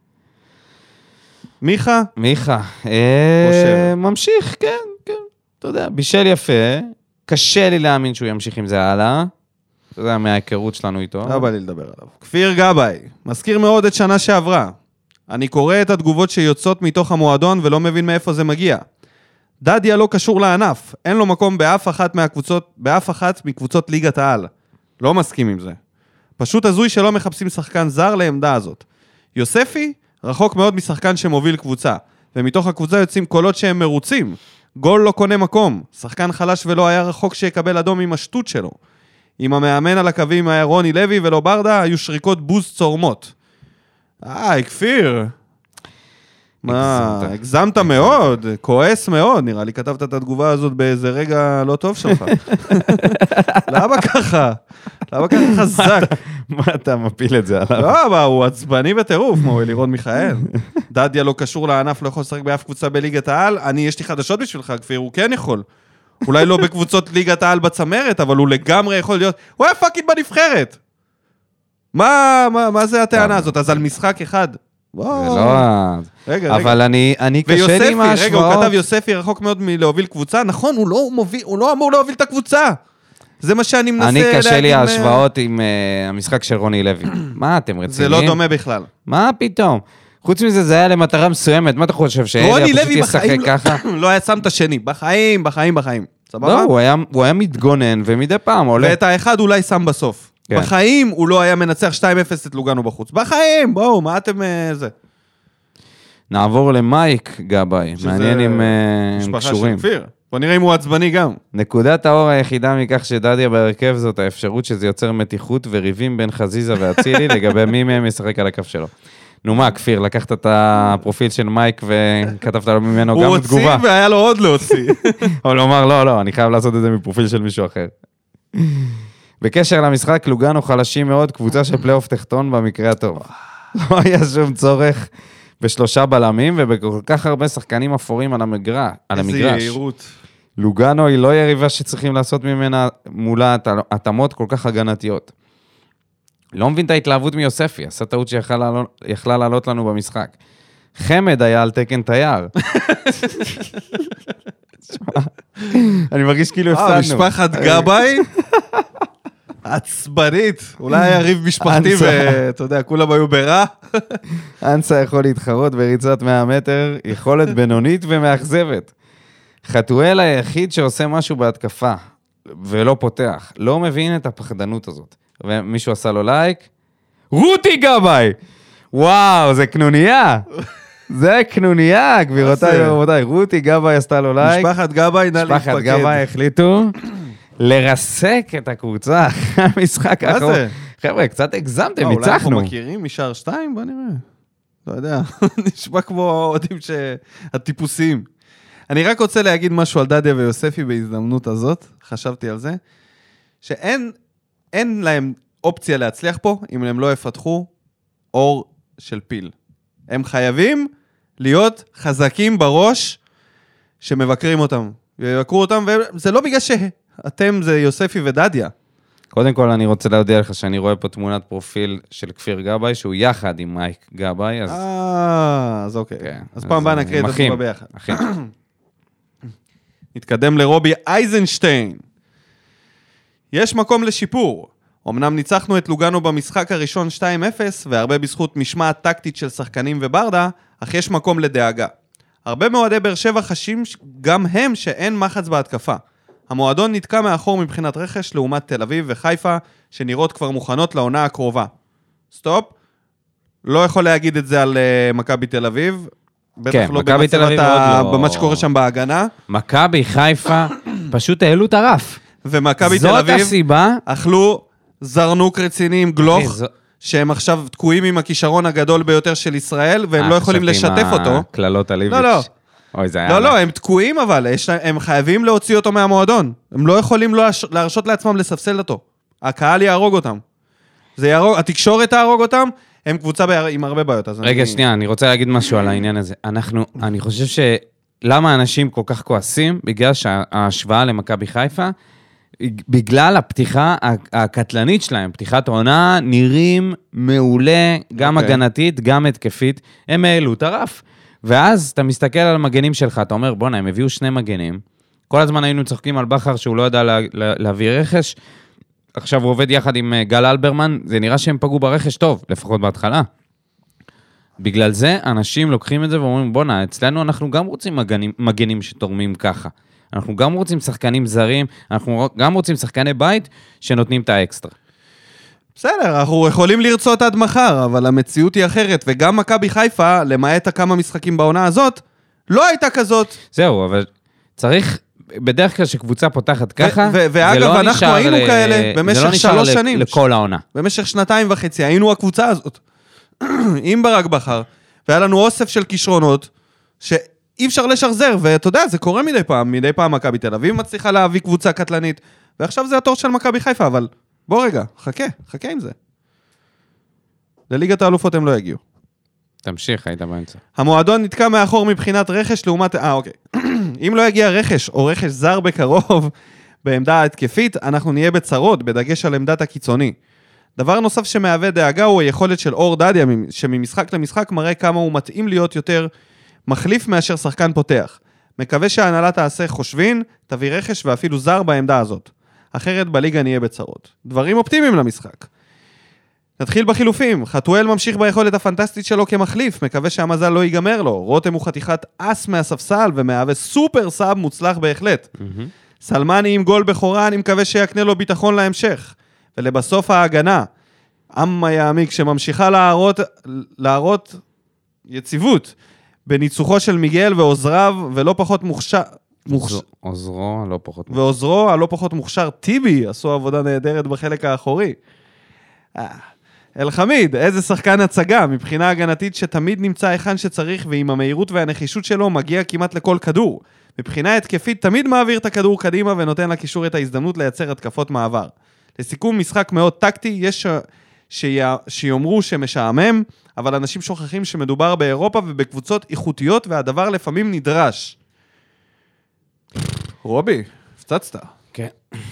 A: מיכה?
B: מיכה. ממשיך, כן. אתה יודע, בישל יפה. קשה לי להאמין שהוא ימשיך עם זה הלאה. אתה יודע, מההיכרות שלנו איתו.
A: לא בא לי לדבר עליו. כפיר גבאי, מזכיר מאוד את שנה שעברה. אני קורא את התגובות שיוצאות מתוך המועדון ולא מבין מאיפה זה מגיע. דדיה לא קשור לענף, אין לו מקום באף אחת מקבוצות ליגת העל. לא מסכים עם זה. פשוט הזוי שלא מחפשים שחקן זר לעמדה הזאת. יוספי רחוק מאוד משחקן שמוביל קבוצה, ומתוך הקבוצה יוצאים קולות שהם מרוצים. גול לא קונה מקום, שחקן חלש ולא היה רחוק שיקבל אדום עם השטות שלו. אם המאמן על הקווים היה רוני לוי ולא ברדה, היו שריקות בוז צורמות. כפיר. מה, הגזמת מאוד, כועס מאוד, נראה לי כתבת את התגובה הזאת באיזה רגע לא טוב שלך. למה ככה? למה ככה חזק?
B: מה אתה מפיל את זה עליו?
A: לא, אבל הוא עצבני בטירוף, כמו אלירון מיכאל. דדיה לא קשור לענף, לא יכול לשחק באף קבוצה בליגת העל, יש לי חדשות בשבילך, כפיר, הוא כן יכול. אולי לא בקבוצות ליגת העל בצמרת, אבל הוא לגמרי יכול להיות, הוא היה פאקינג בנבחרת. מה זה הטענה הזאת? אז על משחק אחד.
B: רגע. אבל אני קשה לי עם ההשוואות.
A: רגע, הוא כתב יוספי רחוק מאוד מלהוביל קבוצה, נכון, הוא לא אמור להוביל את הקבוצה. זה מה שאני מנסה להגיד.
B: אני קשה לי ההשוואות עם המשחק של רוני לוי. מה אתם רציניים?
A: זה לא דומה בכלל.
B: מה פתאום? חוץ מזה זה היה למטרה מסוימת, מה אתה חושב שאליה פשוט ישחק ככה?
A: לא היה שם את השני, בחיים. סבבה?
B: לא, הוא היה מתגונן ומדי פעם עולה.
A: ואת האחד אולי שם בסוף. בחיים הוא לא היה מנצח 2-0 את לוגנו בחוץ. בחיים, בואו, מה אתם זה?
B: נעבור למייק גבאי, מעניין אם קשורים.
A: בוא נראה אם הוא עצבני גם.
B: נקודת האור היחידה מכך שדדיה בהרכב זאת האפשרות שזה יוצר מתיחות וריבים בין חזיזה ואצילי לגבי מי מהם ישחק על הכף שלו. נו מה, כפיר, לקחת את הפרופיל של מייק וכתבת לו ממנו גם תגובה.
A: הוא הוציא והיה לו עוד להוציא.
B: אבל הוא אמר, לא, אני חייב לעשות את זה מפרופיל של מישהו אחר. בקשר למשחק, לוגאנו חלשים מאוד, קבוצה של פלייאוף תחתון במקרה הטוב. לא היה שום צורך ב3 בלמים, ובכל כך הרבה שחקנים אפורים על המגרש.
A: איזה יעירות.
B: לוגאנו היא לא יריבה שצריכים לעשות ממנה מולה התאמות כל כך הגנתיות. לא מבין את ההתלהבות מיוספי, עשה טעות שיכלה לעלות לנו במשחק. חמד היה על תקן תייר. אני מרגיש כאילו הפסדנו.
A: משפחת גבאי? עצבנית. אולי היה ריב משפחתי ואתה יודע, כולם היו ברע.
B: אנסה יכול להתחרות בריצת 100 מטר, יכולת בינונית ומאכזבת. חתואל היחיד שעושה משהו בהתקפה, ולא פותח. לא מבין את הפחדנות הזאת. ומישהו עשה לו לייק. רותי גבאי! וואו, זה קנוניה. זה קנוניה, גבירותיי ורבותיי. רותי גבאי עשתה לו לייק.
A: משפחת גבאי נא להתפקד.
B: משפחת גבאי החליטו לרסק את הקבוצה. המשחק האחרון. חבר'ה, קצת הגזמתם, ניצחנו.
A: אולי אנחנו מכירים משער 2? בוא נראה. לא יודע. נשמע כמו האוהדים הטיפוסיים. אני רק רוצה להגיד משהו על דדיה ויוספי בהזדמנות הזאת. חשבתי על זה. שאין להם אופציה להצליח פה, אם הם לא יפתחו אור של פיל. הם חייבים להיות חזקים בראש שמבקרים אותם. ויבקרו אותם, וזה לא בגלל שאתם זה יוספי ודדיה.
B: קודם כל אני רוצה להודיע לך שאני רואה פה תמונת פרופיל של כפיר גבאי, שהוא יחד עם מייק גבאי, אז...
A: אז אוקיי. אז פעם הבאה נקריא את התמונה ביחד.
B: אחים.
A: נתקדם לרובי אייזנשטיין. יש מקום לשיפור. אמנם ניצחנו את לוגאנו במשחק הראשון 2-0, והרבה בזכות משמעת טקטית של שחקנים וברדה, אך יש מקום לדאגה. הרבה מועדי באר שבע חשים גם הם שאין מחץ בהתקפה. המועדון נתקע מאחור מבחינת רכש לעומת תל אביב וחיפה, שנראות כבר מוכנות לעונה הקרובה. סטופ. לא יכול להגיד את זה על מכבי תל אביב. בטח לא במה שקורה שם בהגנה.
B: מכבי חיפה פשוט העלו את הרף.
A: ומכבי תל אביב אכלו זרנוק רציני עם גלוך, שהם עכשיו תקועים עם הכישרון הגדול ביותר של ישראל, והם לא יכולים לשתף אותו.
B: כללות הליביץ'.
A: לא, הם תקועים אבל, הם חייבים להוציא אותו מהמועדון. הם לא יכולים להרשות לעצמם לספסל אותו. הקהל יהרוג אותם. התקשורת תהרוג אותם, הם קבוצה עם הרבה בעיות.
B: רגע, שנייה, אני רוצה להגיד משהו על העניין הזה. אני חושב למה אנשים כל כך כועסים? בגלל שההשוואה למכבי חיפה, בגלל הפתיחה הקטלנית שלהם, פתיחת העונה, נראים מעולה, גם הגנתית, גם התקפית, הם העלו את הרף. ואז אתה מסתכל על המגנים שלך, אתה אומר, בונה, הם הביאו 2 מגנים, כל הזמן היינו צוחקים על בחר שהוא לא ידע להביא רכש, עכשיו הוא עובד יחד עם גל אלברמן, זה נראה שהם פגעו ברכש טוב, לפחות בהתחלה. בגלל זה אנשים לוקחים את זה ואומרים, בונה, אצלנו אנחנו גם רוצים מגנים שתורמים ככה. אנחנו גם רוצים שחקנים זרים, אנחנו גם רוצים שחקני בית שנותנים את האקסטרה.
A: בסדר, אנחנו יכולים לרצות עד מחר, אבל המציאות היא אחרת, וגם מכבי חיפה, למעט כמה משחקים בעונה הזאת, לא הייתה כזאת.
B: זהו, אבל צריך, בדרך כלל שקבוצה פותחת ככה,
A: ואגב, אנחנו היינו כאלה במשך 3 שנים.
B: לכל העונה.
A: במשך 2.5, היינו הקבוצה הזאת. עם ברק בחר, והיה לנו אוסף של כישרונות, שאי אפשר לשחזר, ואתה יודע, זה קורה מדי פעם מכבי תל אביב מצליחה להביא קבוצה קטלנית, ועכשיו זה התור של מכבי חיפה, אבל בוא רגע, חכה עם זה. לליגת האלופות הם לא יגיעו.
B: תמשיך, היית באמצע.
A: המועדון נתקע מאחור מבחינת רכש לעומת... אוקיי. אם לא יגיע רכש או רכש זר בקרוב, בעמדה ההתקפית, אנחנו נהיה בצרות, בדגש על עמדת הקיצוני. דבר נוסף שמהווה דאגה הוא היכולת של אור דדיה, שממשחק למשחק מראה כמה הוא מתאים להיות יותר מחליף מאשר שחקן פותח. מקווה שההנהלה תעשה חושבין, תביא רכש ואפילו זר בעמדה הזאת. אחרת בליגה נהיה בצרות. דברים אופטימיים למשחק. נתחיל בחילופים. חתואל ממשיך ביכולת הפנטסטית שלו כמחליף, מקווה שהמזל לא ייגמר לו. רותם הוא חתיכת אס מהספסל ומהווה סופר סאב מוצלח בהחלט. סלמני עם גול בכורה, אני מקווה שיקנה לו ביטחון להמשך. ולבסוף ההגנה, אמה יעמיק שממשיכה להראות יציבות בניצוחו של מיגל ועוזריו, ולא פחות ועוזרו הלא פחות מוכשר טיבי, עשו עבודה נהדרת בחלק האחורי. אלחמיד, איזה שחקן הצגה, מבחינה הגנתית שתמיד נמצא היכן שצריך, ועם המהירות והנחישות שלו מגיע כמעט לכל כדור. מבחינה התקפית תמיד מעביר את הכדור קדימה ונותן לקישור את ההזדמנות לייצר התקפות מעבר. לסיכום, משחק מאוד טקטי, יש שיאמרו שמשעמם, אבל אנשים שוכחים שמדובר באירופה ובקבוצות איכותיות, והדבר לפעמים נדרש. רובי, הפצצת.
B: כן.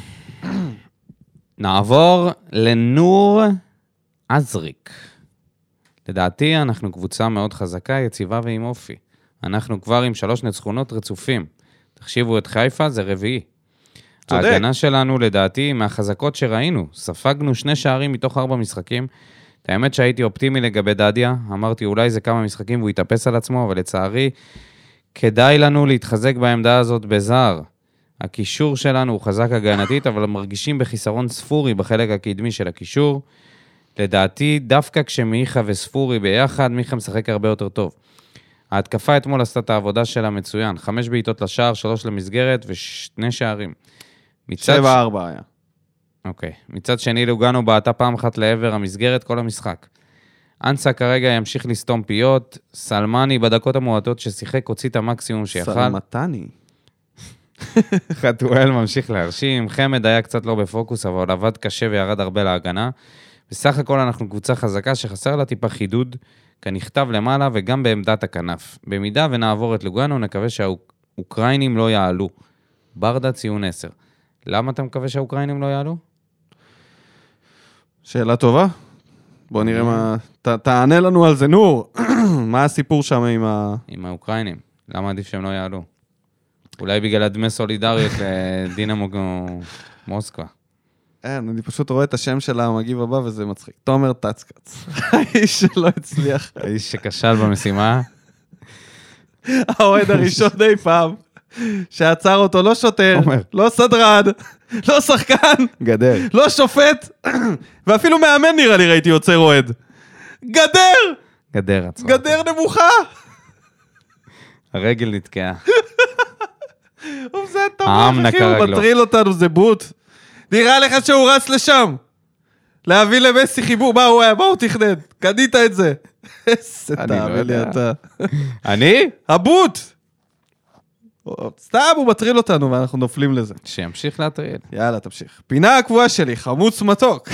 B: נעבור לנור עזריק. לדעתי אנחנו קבוצה מאוד חזקה, יציבה ועם אופי. אנחנו כבר עם 3 ניצחונות רצופים. תחשיבו את חיפה, זה רביעי. צודק. ההגנה שלנו לדעתי מהחזקות שראינו. ספגנו 2 שערים מתוך 4 משחקים. את האמת שהייתי אופטימי לגבי דדיה. אמרתי אולי זה כמה משחקים והוא יתאפס על עצמו, אבל לצערי כדאי לנו להתחזק בעמדה הזאת בזר. הקישור שלנו הוא חזק הגנתית, אבל מרגישים בחיסרון ספורי בחלק הקדמי של הקישור. לדעתי, דווקא כשמיכה וספורי ביחד, מיכה משחק הרבה יותר טוב. ההתקפה אתמול עשתה את העבודה שלה מצוין. 5 בעיטות לשער, 3 למסגרת ו2 שערים. 7-4
A: היה.
B: אוקיי. מצד שני, לוגנו בעטה פעם אחת לעבר המסגרת כל המשחק. אנסה כרגע ימשיך לסתום פיות. סלמני בדקות המועטות ששיחק הוציא את המקסימום שיכל.
A: סלמתני.
B: חתואל ממשיך להרשים. חמד היה קצת לא בפוקוס, אבל עבד קשה וירד הרבה להגנה. בסך הכל אנחנו קבוצה חזקה שחסר לה טיפה חידוד, כנכתב למעלה וגם בעמדת הכנף. במידה ונעבור את לוגנו, נקווה שהאוקראינים לא יעלו. ברדה ציון 10. למה אתה מקווה שהאוקראינים לא יעלו?
A: שאלה טובה. בוא נראה מה... תענה לנו על זה, נור. מה הסיפור שם
B: עם האוקראינים? למה עדיף שהם לא יעלו? אולי בגלל הדמי סולידריות לדינמו מוסקבה.
A: אין, אני פשוט רואה את השם של המגיב הבא וזה מצחיק. תומר טצקץ. האיש שלא הצליח.
B: האיש שכשל במשימה.
A: האוהד הראשון אי פעם, שעצר אותו לא שוטר, לא סדרן, לא שחקן,
B: גדר.
A: לא שופט, ואפילו מאמן נראה לי ראיתי יוצר אוהד. גדר!
B: גדר עצרה.
A: גדר נמוכה!
B: הרגל נתקעה.
A: וזה תומר, אחי, הוא מטריל אותנו, זה בוט. נראה לך שהוא רץ לשם. להביא למסי חיבור, מה הוא תכנן? קנית את זה. איזה תאמין לי אתה.
B: אני?
A: הבוט! סתם הוא מטריל אותנו ואנחנו נופלים לזה.
B: שימשיך להטריל.
A: יאללה, תמשיך. פינה הקבועה שלי, חמוץ מתוק.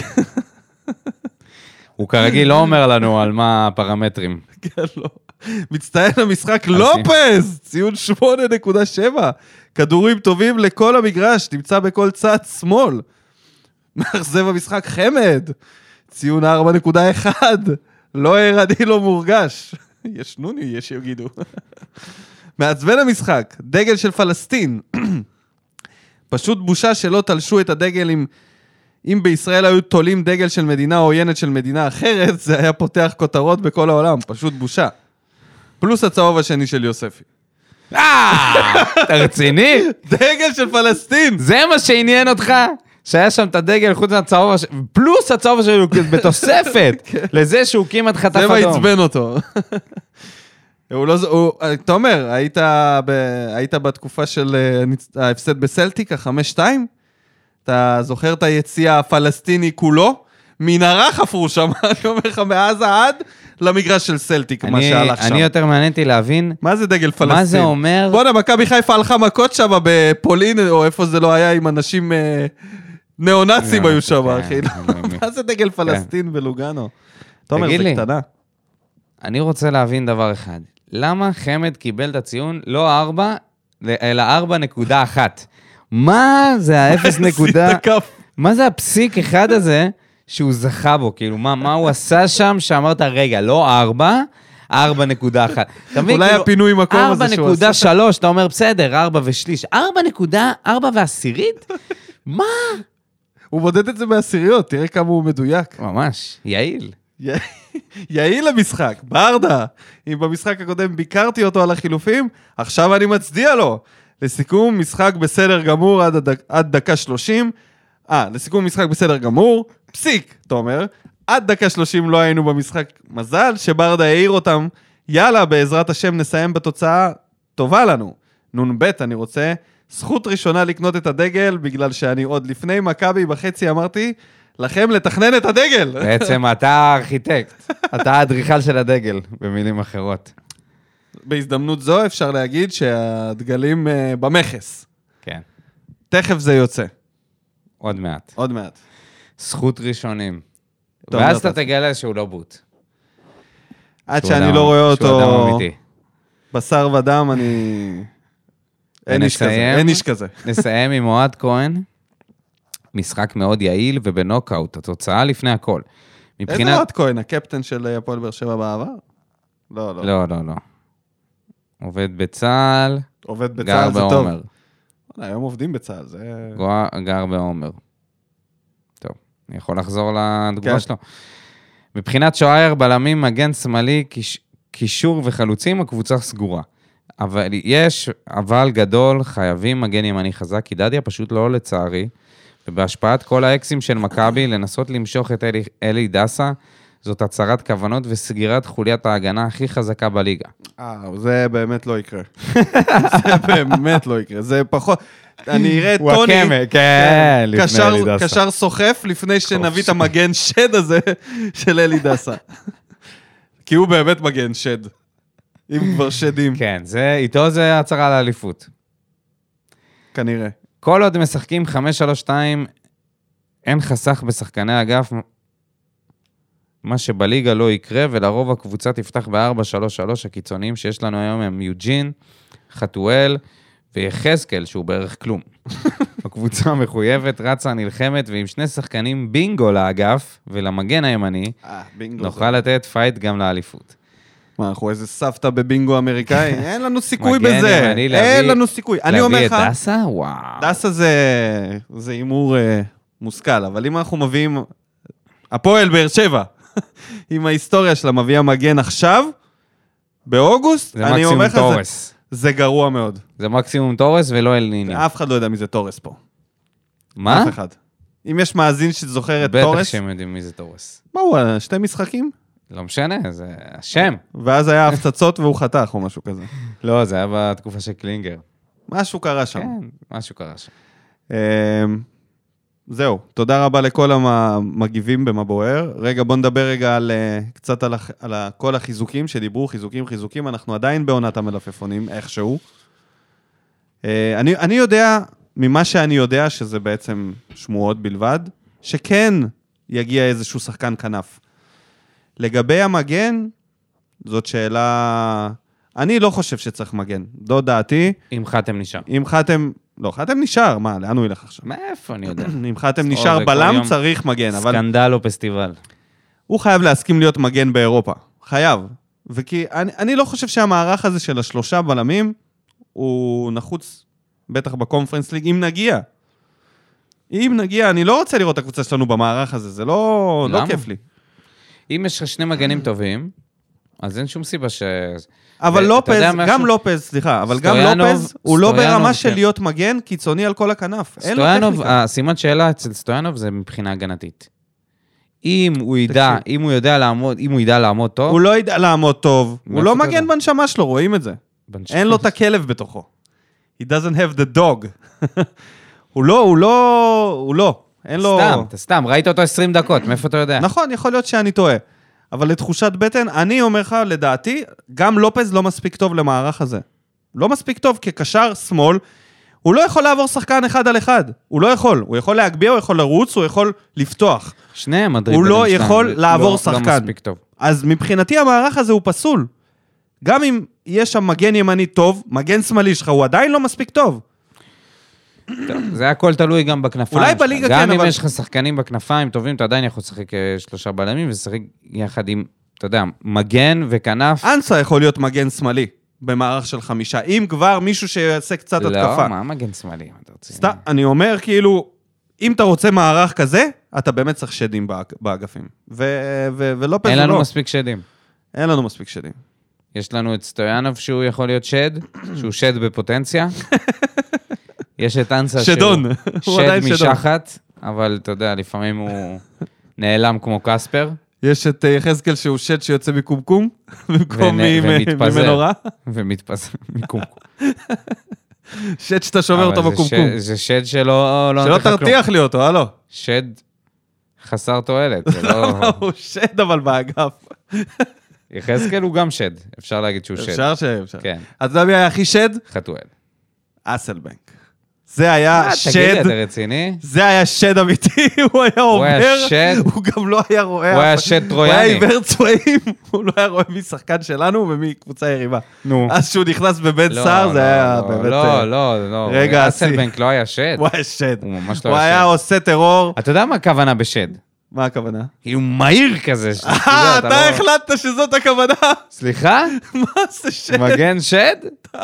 B: הוא כרגיל לא אומר לנו על מה הפרמטרים.
A: כן, לא. מצטיין המשחק לופז, ציון 8.7. כדורים טובים לכל המגרש, נמצא בכל צד שמאל. מאכזב המשחק חמד, ציון 4.1. לא ערני, לא מורגש. יש נוני, יש שיגידו. מעצבן המשחק, דגל של פלסטין. פשוט בושה שלא תלשו את הדגל אם בישראל היו תולים דגל של מדינה עוינת של מדינה אחרת, זה היה פותח כותרות בכל העולם, פשוט בושה. פלוס הצהוב השני של יוספי.
B: אתה רציני?
A: דגל של פלסטין.
B: זה מה שעניין אותך? שהיה שם את הדגל חוץ מהצהוב, פלוס הצהוב השני בתוספת, לזה שהוא כמעט חטף אדום.
A: זה מה עצבן אותו. תומר, היית בתקופה של ההפסד בסלטיק, 5-2? אתה זוכר את היציאה הפלסטיני כולו? מנהרה חפרו שם, אני אומר לך, מאז עד למגרש של סלטיק, מה שהלך שם.
B: אני יותר מעניינתי להבין...
A: מה זה דגל פלסטין?
B: מה זה אומר?
A: בוא'נה, מכבי חיפה הלכה מכות שם בפולין, או איפה זה לא היה, עם אנשים ניאו-נאצים היו שם, אחי. מה זה דגל פלסטין בלוגנו? תומר, זה קטנה.
B: אני רוצה להבין דבר אחד. למה חמד קיבל את הציון לא 4, אלא 4.1? מה זה ה-0 נקודה? מה זה הפסיק אחד הזה שהוא זכה בו? כאילו, מה הוא עשה שם שאמרת, רגע, לא 4, 4.1.
A: אולי הפינוי מקום הזה שהוא עשה.
B: 4.3, אתה אומר, בסדר, 4 ושליש. 4.4 ועשירית? מה?
A: הוא מודד את זה בעשיריות, תראה כמה הוא מדויק.
B: ממש, יעיל.
A: יעיל למשחק, ברדה. אם במשחק הקודם ביקרתי אותו על החילופים, עכשיו אני מצדיע לו. לסיכום, משחק בסדר גמור עד דקה 30. לסיכום, משחק בסדר גמור, פסיק, תומר. עד דקה 30 לא היינו במשחק, מזל שברדה העיר אותם. יאללה, בעזרת השם נסיים בתוצאה טובה לנו. נ"ב, אני רוצה זכות ראשונה לקנות את הדגל, בגלל שאני עוד לפני מכבי בחצי אמרתי, לכם לתכנן את הדגל.
B: בעצם אתה הארכיטקט, אתה האדריכל של הדגל, במילים אחרות.
A: בהזדמנות זו אפשר להגיד שהדגלים במכס.
B: כן.
A: תכף זה יוצא.
B: עוד מעט.
A: עוד מעט.
B: זכות ראשונים.
A: טוב,
B: ואז
A: לא
B: אתה
A: תעשה.
B: תגלה שהוא לא בוט.
A: עד שאני לא רואה
B: שהוא
A: אותו
B: אדם אמיתי.
A: בשר ודם, אין איש כזה.
B: ונסיים.
A: אין איש כזה.
B: נסיים עם אוהד כהן. משחק מאוד יעיל ובנוקאוט. התוצאה לפני הכל.
A: איזה אוהד כהן? הקפטן של הפועל באר שבע בעבר? לא, לא.
B: לא, לא, לא. עובד בצה"ל.
A: עובד
B: גר
A: בצה"ל זה טוב.
B: בעומר.
A: היום עובדים בצה"ל, זה...
B: גר בעומר. טוב, אני יכול לחזור לתגובה
A: כן.
B: שלו. מבחינת שוער, בלמים, מגן שמאלי, קישור וחלוצים, הקבוצה סגורה. אבל יש, אבל גדול, חייבים מגן ימני חזק, כי דדיה פשוט לא לצערי, ובהשפעת כל האקסים של מכבי, לנסות למשוך את אלי דסה, זאת הצהרת כוונות וסגירת חוליית ההגנה הכי חזקה בליגה.
A: זה באמת לא יקרה. זה באמת לא יקרה. זה פחות... אני אראה את טוני...
B: וואקמה, כן, לפני אלי דסה.
A: קשר סוחף לפני שנביא את המגן שד הזה של אלי דסה. כי הוא באמת מגן שד. אם כבר שדים.
B: כן, איתו זה הצהרה לאליפות.
A: כנראה.
B: כל עוד משחקים 5-3-2, אין חסך בשחקני אגף, מה שבליגה לא יקרה, ולרוב הקבוצה תפתח ב-4-3-3 הקיצוניים שיש לנו היום הם יוג'ין, חתואל ויחזקאל, שהוא בערך כלום. הקבוצה המחויבת, רצה, נלחמת, ועם שני שחקנים בינגו לאגף ולמגן הימני, נוכל לתת פייט גם לאליפות.
A: מה, אנחנו איזה סבתא בבינגו אמריקאי? אין לנו סיכוי
B: מגן
A: בזה.
B: ימני,
A: אין לנו סיכוי. אני אומר לך...
B: להביא את דסה? וואו.
A: דסה זה הימור מושכל, אבל אם אנחנו מביאים... הפועל באר שבע, עם ההיסטוריה שלה מביאה מגן עכשיו, באוגוסט, אני אומר לך, זה גרוע מאוד.
B: זה מקסימום טורס ולא אל ניני.
A: אף אחד לא יודע מי זה טורס פה.
B: מה?
A: אף אחד. אם יש מאזין שזוכר את
B: בטח
A: טורס...
B: שהם יודעים מי זה טורס.
A: מה הוא, 2 משחקים?
B: לא משנה, זה השם.
A: ואז היה הפצצות והוא חתך או משהו כזה.
B: לא, זה היה בתקופה של קלינגר.
A: משהו קרה שם.
B: כן, משהו קרה שם.
A: זהו, תודה רבה לכל המגיבים במה בוער. רגע, בוא נדבר רגע קצת על כל החיזוקים שדיברו, חיזוקים, אנחנו עדיין בעונת המלפפונים, איכשהו. אני יודע, ממה שאני יודע, שזה בעצם שמועות בלבד, שכן יגיע איזשהו שחקן כנף. לגבי המגן, זאת שאלה... אני לא חושב שצריך מגן, זו דעתי.
B: אם חתם נשאר.
A: אם חתם... לא, חתם נשאר, מה, לאן הוא ילך עכשיו?
B: מאיפה אני יודע?
A: אם חתם נשאר בלם, צריך מגן, אבל...
B: סקנדל או פסטיבל.
A: הוא חייב להסכים להיות מגן באירופה. חייב. וכי אני לא חושב שהמערך הזה של 3 בלמים, הוא נחוץ, בטח בקונפרנס ליג, אם נגיע. אם נגיע, אני לא רוצה לראות את הקבוצה שלנו במערך הזה, זה לא כיף לי.
B: אם יש לך 2 מגנים טובים, אז אין שום סיבה ש...
A: אבל לופז, גם לופז, סליחה, אבל גם לופז, הוא לא ברמה של להיות מגן קיצוני על כל הכנף.
B: סטויאנוב, הסימן שאלה אצל סטויאנוב זה מבחינה הגנתית. אם הוא ידע לעמוד טוב...
A: הוא לא ידע לעמוד טוב, הוא לא מגן בנשמה שלו, רואים את זה. אין לו את הכלב בתוכו. He doesn't have the dog. הוא לא. אין לו...
B: סתם, ראית אותו 20 דקות, מאיפה אתה יודע?
A: נכון, יכול להיות שאני טועה. אבל לתחושת בטן, אני אומר לך, לדעתי, גם לופז לא מספיק טוב למערך הזה. לא מספיק טוב, כקשר שמאל, הוא לא יכול לעבור שחקן 1 על 1. הוא לא יכול. הוא יכול להגביע, הוא יכול לרוץ, הוא יכול לפתוח.
B: שניהם הדריבלים.
A: הוא לא יכול לעבור שחקן.
B: לא מספיק טוב.
A: אז מבחינתי המערך הזה הוא פסול. גם אם יש שם מגן ימני טוב, מגן שמאלי שלך, הוא עדיין לא מספיק טוב.
B: זה הכל תלוי גם בכנפיים.
A: אולי בליגה כן, אבל...
B: גם אם יש לך שחקנים בכנפיים טובים, אתה עדיין יכול לשחק 3 בלמים, ולשחק יחד עם, אתה יודע, מגן וכנף.
A: אנסה יכול להיות מגן שמאלי, במערך של 5. אם כבר מישהו שיעשה קצת התקפה.
B: לא, מה מגן שמאלי?
A: אני אומר, כאילו, אם אתה רוצה מערך כזה, אתה באמת צריך שדים באגפים. ולא פזו לא.
B: אין לנו מספיק שדים.
A: אין לנו מספיק שדים.
B: יש לנו את סטויאנוב שהוא יכול להיות שד, שהוא שד בפוטנציה. יש את אנסה
A: שדון.
B: שהוא שד משחת, אבל אתה יודע, לפעמים הוא נעלם כמו קספר.
A: יש את יחזקאל שהוא שד שיוצא מקומקום, במקום ממנורה.
B: ומתפזר מקומקום.
A: שד שאתה שובר אותו בקומקום.
B: זה שד שלא...
A: שלא תרתיח לי אותו, הלו.
B: שד חסר תועלת, זה לא...
A: הוא שד אבל באגף.
B: יחזקאל הוא גם שד, אפשר להגיד שהוא שד.
A: אפשר שאפשר.
B: כן.
A: אז אתה יודע מי היה הכי שד?
B: חתואל.
A: אסלבנק. זה היה שד.
B: תגיד, אתה רציני?
A: זה היה שד אמיתי, הוא היה עובר.
B: הוא היה שד.
A: הוא גם לא היה רואה.
B: הוא היה שד טרויאני.
A: הוא היה עיוור צבעים, הוא לא היה רואה מי שחקן שלנו ומי קבוצה יריבה.
B: נו.
A: אז שהוא נכנס בבן סער, זה היה באמת...
B: לא.
A: רגע,
B: אסלבנק לא היה שד.
A: הוא היה שד.
B: הוא ממש לא היה
A: הוא
B: שד.
A: היה עושה טרור.
B: אתה יודע מה הכוונה בשד?
A: מה הכוונה?
B: הוא מהיר כזה.
A: אתה החלטת שזאת הכוונה?
B: סליחה?
A: מה זה שד?
B: מגן שד?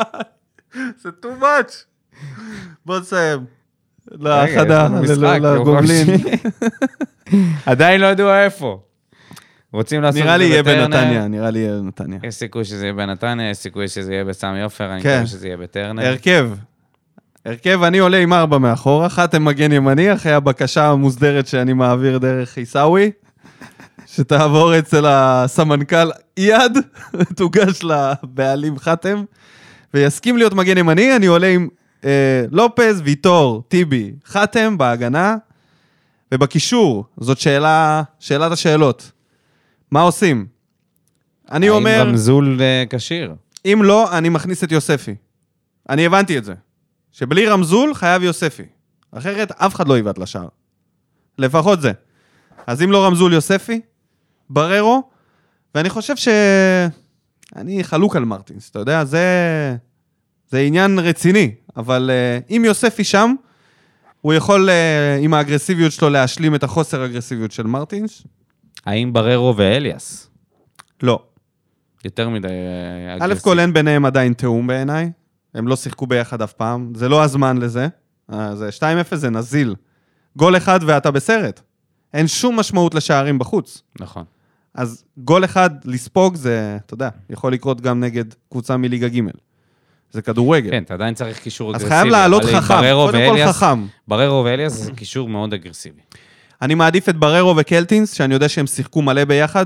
A: זה too much. בוא נסיים. להכנה, לגובלין.
B: עדיין לא ידוע איפה. רוצים לעשות
A: נראה
B: את
A: לי
B: זה
A: יהיה
B: בטרנר?
A: בנתניה.
B: יש סיכוי שזה יהיה בנתניה, יש סיכוי שזה יהיה בסמי עופר, אני
A: כן.
B: מקווה שזה יהיה בטרנר.
A: הרכב, אני עולה עם 4 מאחורה, חתם מגן ימני, אחרי הבקשה המוסדרת שאני מעביר דרך חיסאווי, שתעבור אצל הסמנכ"ל אייד, תוגש לבעלים חתם, ויסכים להיות מגן ימני, אני עולה עם לופז, ויטור, טיבי, חתם בהגנה, ובקישור, זאת שאלת השאלות. מה עושים? אני אומר...
B: האם רמזול קשיר?
A: אם לא, אני מכניס את יוספי. אני הבנתי את זה. שבלי רמזול חייב יוספי. אחרת אף אחד לא יבט לשער. לפחות זה. אז אם לא רמזול יוספי, בררו, ואני חושב אני חלוק על מרטינס, אתה יודע, זה עניין רציני, אבל אם יוספי שם, הוא יכול עם האגרסיביות שלו להשלים את החוסר האגרסיביות של מרטינס.
B: האם בררו ואליאס?
A: לא.
B: יותר מדי
A: א' כל אין ביניהם עדיין תאום בעיניי, הם לא שיחקו ביחד אף פעם, זה לא הזמן לזה, זה 2-0 זה נזיל, גול אחד ואתה בסרט, אין שום משמעות לשערים בחוץ.
B: נכון.
A: אז גול אחד לספוג זה, אתה יודע, יכול לקרות גם נגד קבוצה מליגה ג' זה כדורגל.
B: כן, אתה עדיין צריך קישור
A: אז
B: אגרסיבי.
A: חייב לעלות חכם, קודם כל חכם.
B: בררו ואליאס זה קישור מאוד אגרסיבי.
A: אני מעדיף את בררו וקלטינס, שאני יודע שהם שיחקו מלא ביחד,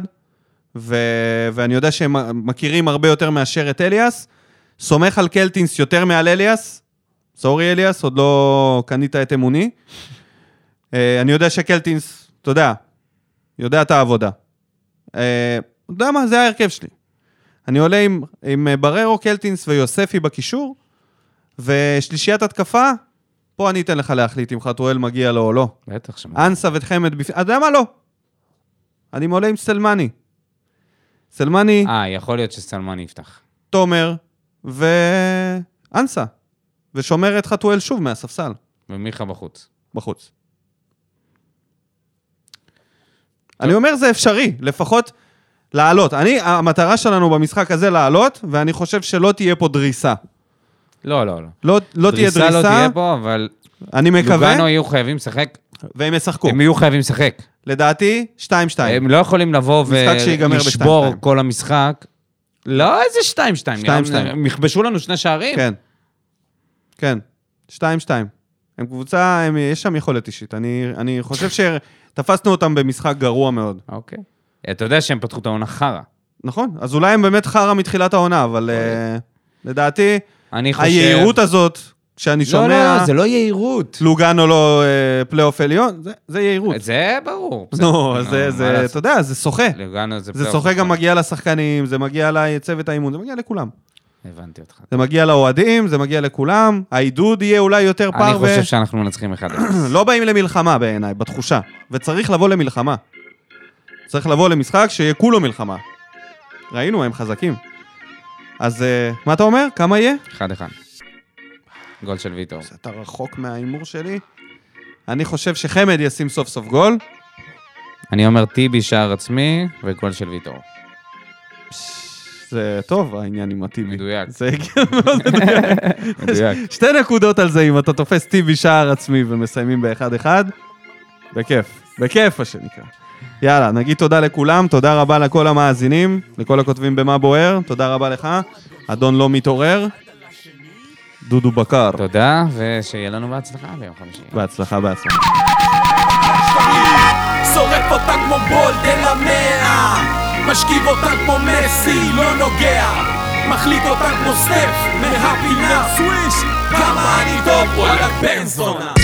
A: ואני יודע שהם מכירים הרבה יותר מאשר את אליאס, סומך על קלטינס יותר מעל אליאס, סורי אליאס, עוד לא קנית את אמוני, אני יודע שקלטינס, אתה יודע את העבודה. אתה יודע מה, זה ההרכב שלי. אני עולה עם בררו, קלטינס ויוספי בקישור, ושלישיית התקפה, פה אני אתן לך להחליט אם חתואל מגיע לו או לא.
B: בטח שמע.
A: אנסה וחמד בפנים, אתה יודע מה? לא. אני עולה עם סלמני. סלמני,
B: יכול להיות שסלמני יפתח.
A: תומר ואנסה. ושומר את חתואל שוב מהספסל.
B: ומיכה
A: בחוץ. אני אומר זה אפשרי, לפחות לעלות. המטרה שלנו במשחק הזה לעלות, ואני חושב שלא תהיה פה דריסה.
B: לא.
A: לא תהיה דריסה.
B: לא תהיה פה, אבל...
A: אני מקווה.
B: לוגנו יהיו חייבים לשחק.
A: והם ישחקו.
B: הם יהיו חייבים לשחק.
A: לדעתי, 2-2.
B: הם לא יכולים לבוא ולשבור כל המשחק. לא, איזה 2-2. הם יכבשו לנו 2 שערים.
A: כן. 2-2. הם קבוצה, יש שם יכולת אישית. אני חושב שתפסנו אותם במשחק גרוע מאוד.
B: אוקיי. אתה יודע שהם פתחו את העונה חרה.
A: נכון, אז אולי הם באמת חרה מתחילת העונה, אבל לדעתי, היעירות הזאת, כשאני שומע...
B: לא, זה לא יעירות.
A: לוגנו לא פלייאוף עליון, זה יעירות.
B: זה ברור.
A: נו, זה, אתה יודע, זה שוחה. זה שוחה גם מגיע לשחקנים, זה מגיע לצוות האימון, זה מגיע לכולם.
B: הבנתי אותך.
A: זה מגיע לאוהדים, זה מגיע לכולם, העידוד יהיה אולי יותר פר
B: אני חושב שאנחנו מנצחים 1-0.
A: לא באים למלחמה בעיניי, בתחושה, וצריך לבוא למלחמה. צריך לבוא למשחק שיהיה כולו מלחמה. ראינו, הם חזקים. אז מה אתה אומר? כמה יהיה?
B: 1-1. גול של ויטור.
A: אתה רחוק מהאימור שלי. אני חושב שחמד ישים סוף סוף גול.
B: אני אומר טיבי שער עצמי וגול של ויטור.
A: זה טוב העניין עם הטיבי.
B: מדויק.
A: זה מאוד מדויק. 2 נקודות על זה אם אתה תופס טיבי שער עצמי ומסיימים ב-1-1. בכיף מה שנקרא. יאללה, נגיד תודה לכולם, תודה רבה לכל המאזינים, לכל הכותבים במה בוער, תודה רבה לך, אדון לא מתעורר, דודו בקר.
B: תודה, ושיהיה לנו בהצלחה ביום חמישי.
A: בהצלחה.
C: שורף אותה כמו בולדן למאה, משכיב אותה כמו מסי, לא נוגע, מחליט אותה כמו סטף, מהפינה סוויש, כמה אני טוב, וואלה בן זונה.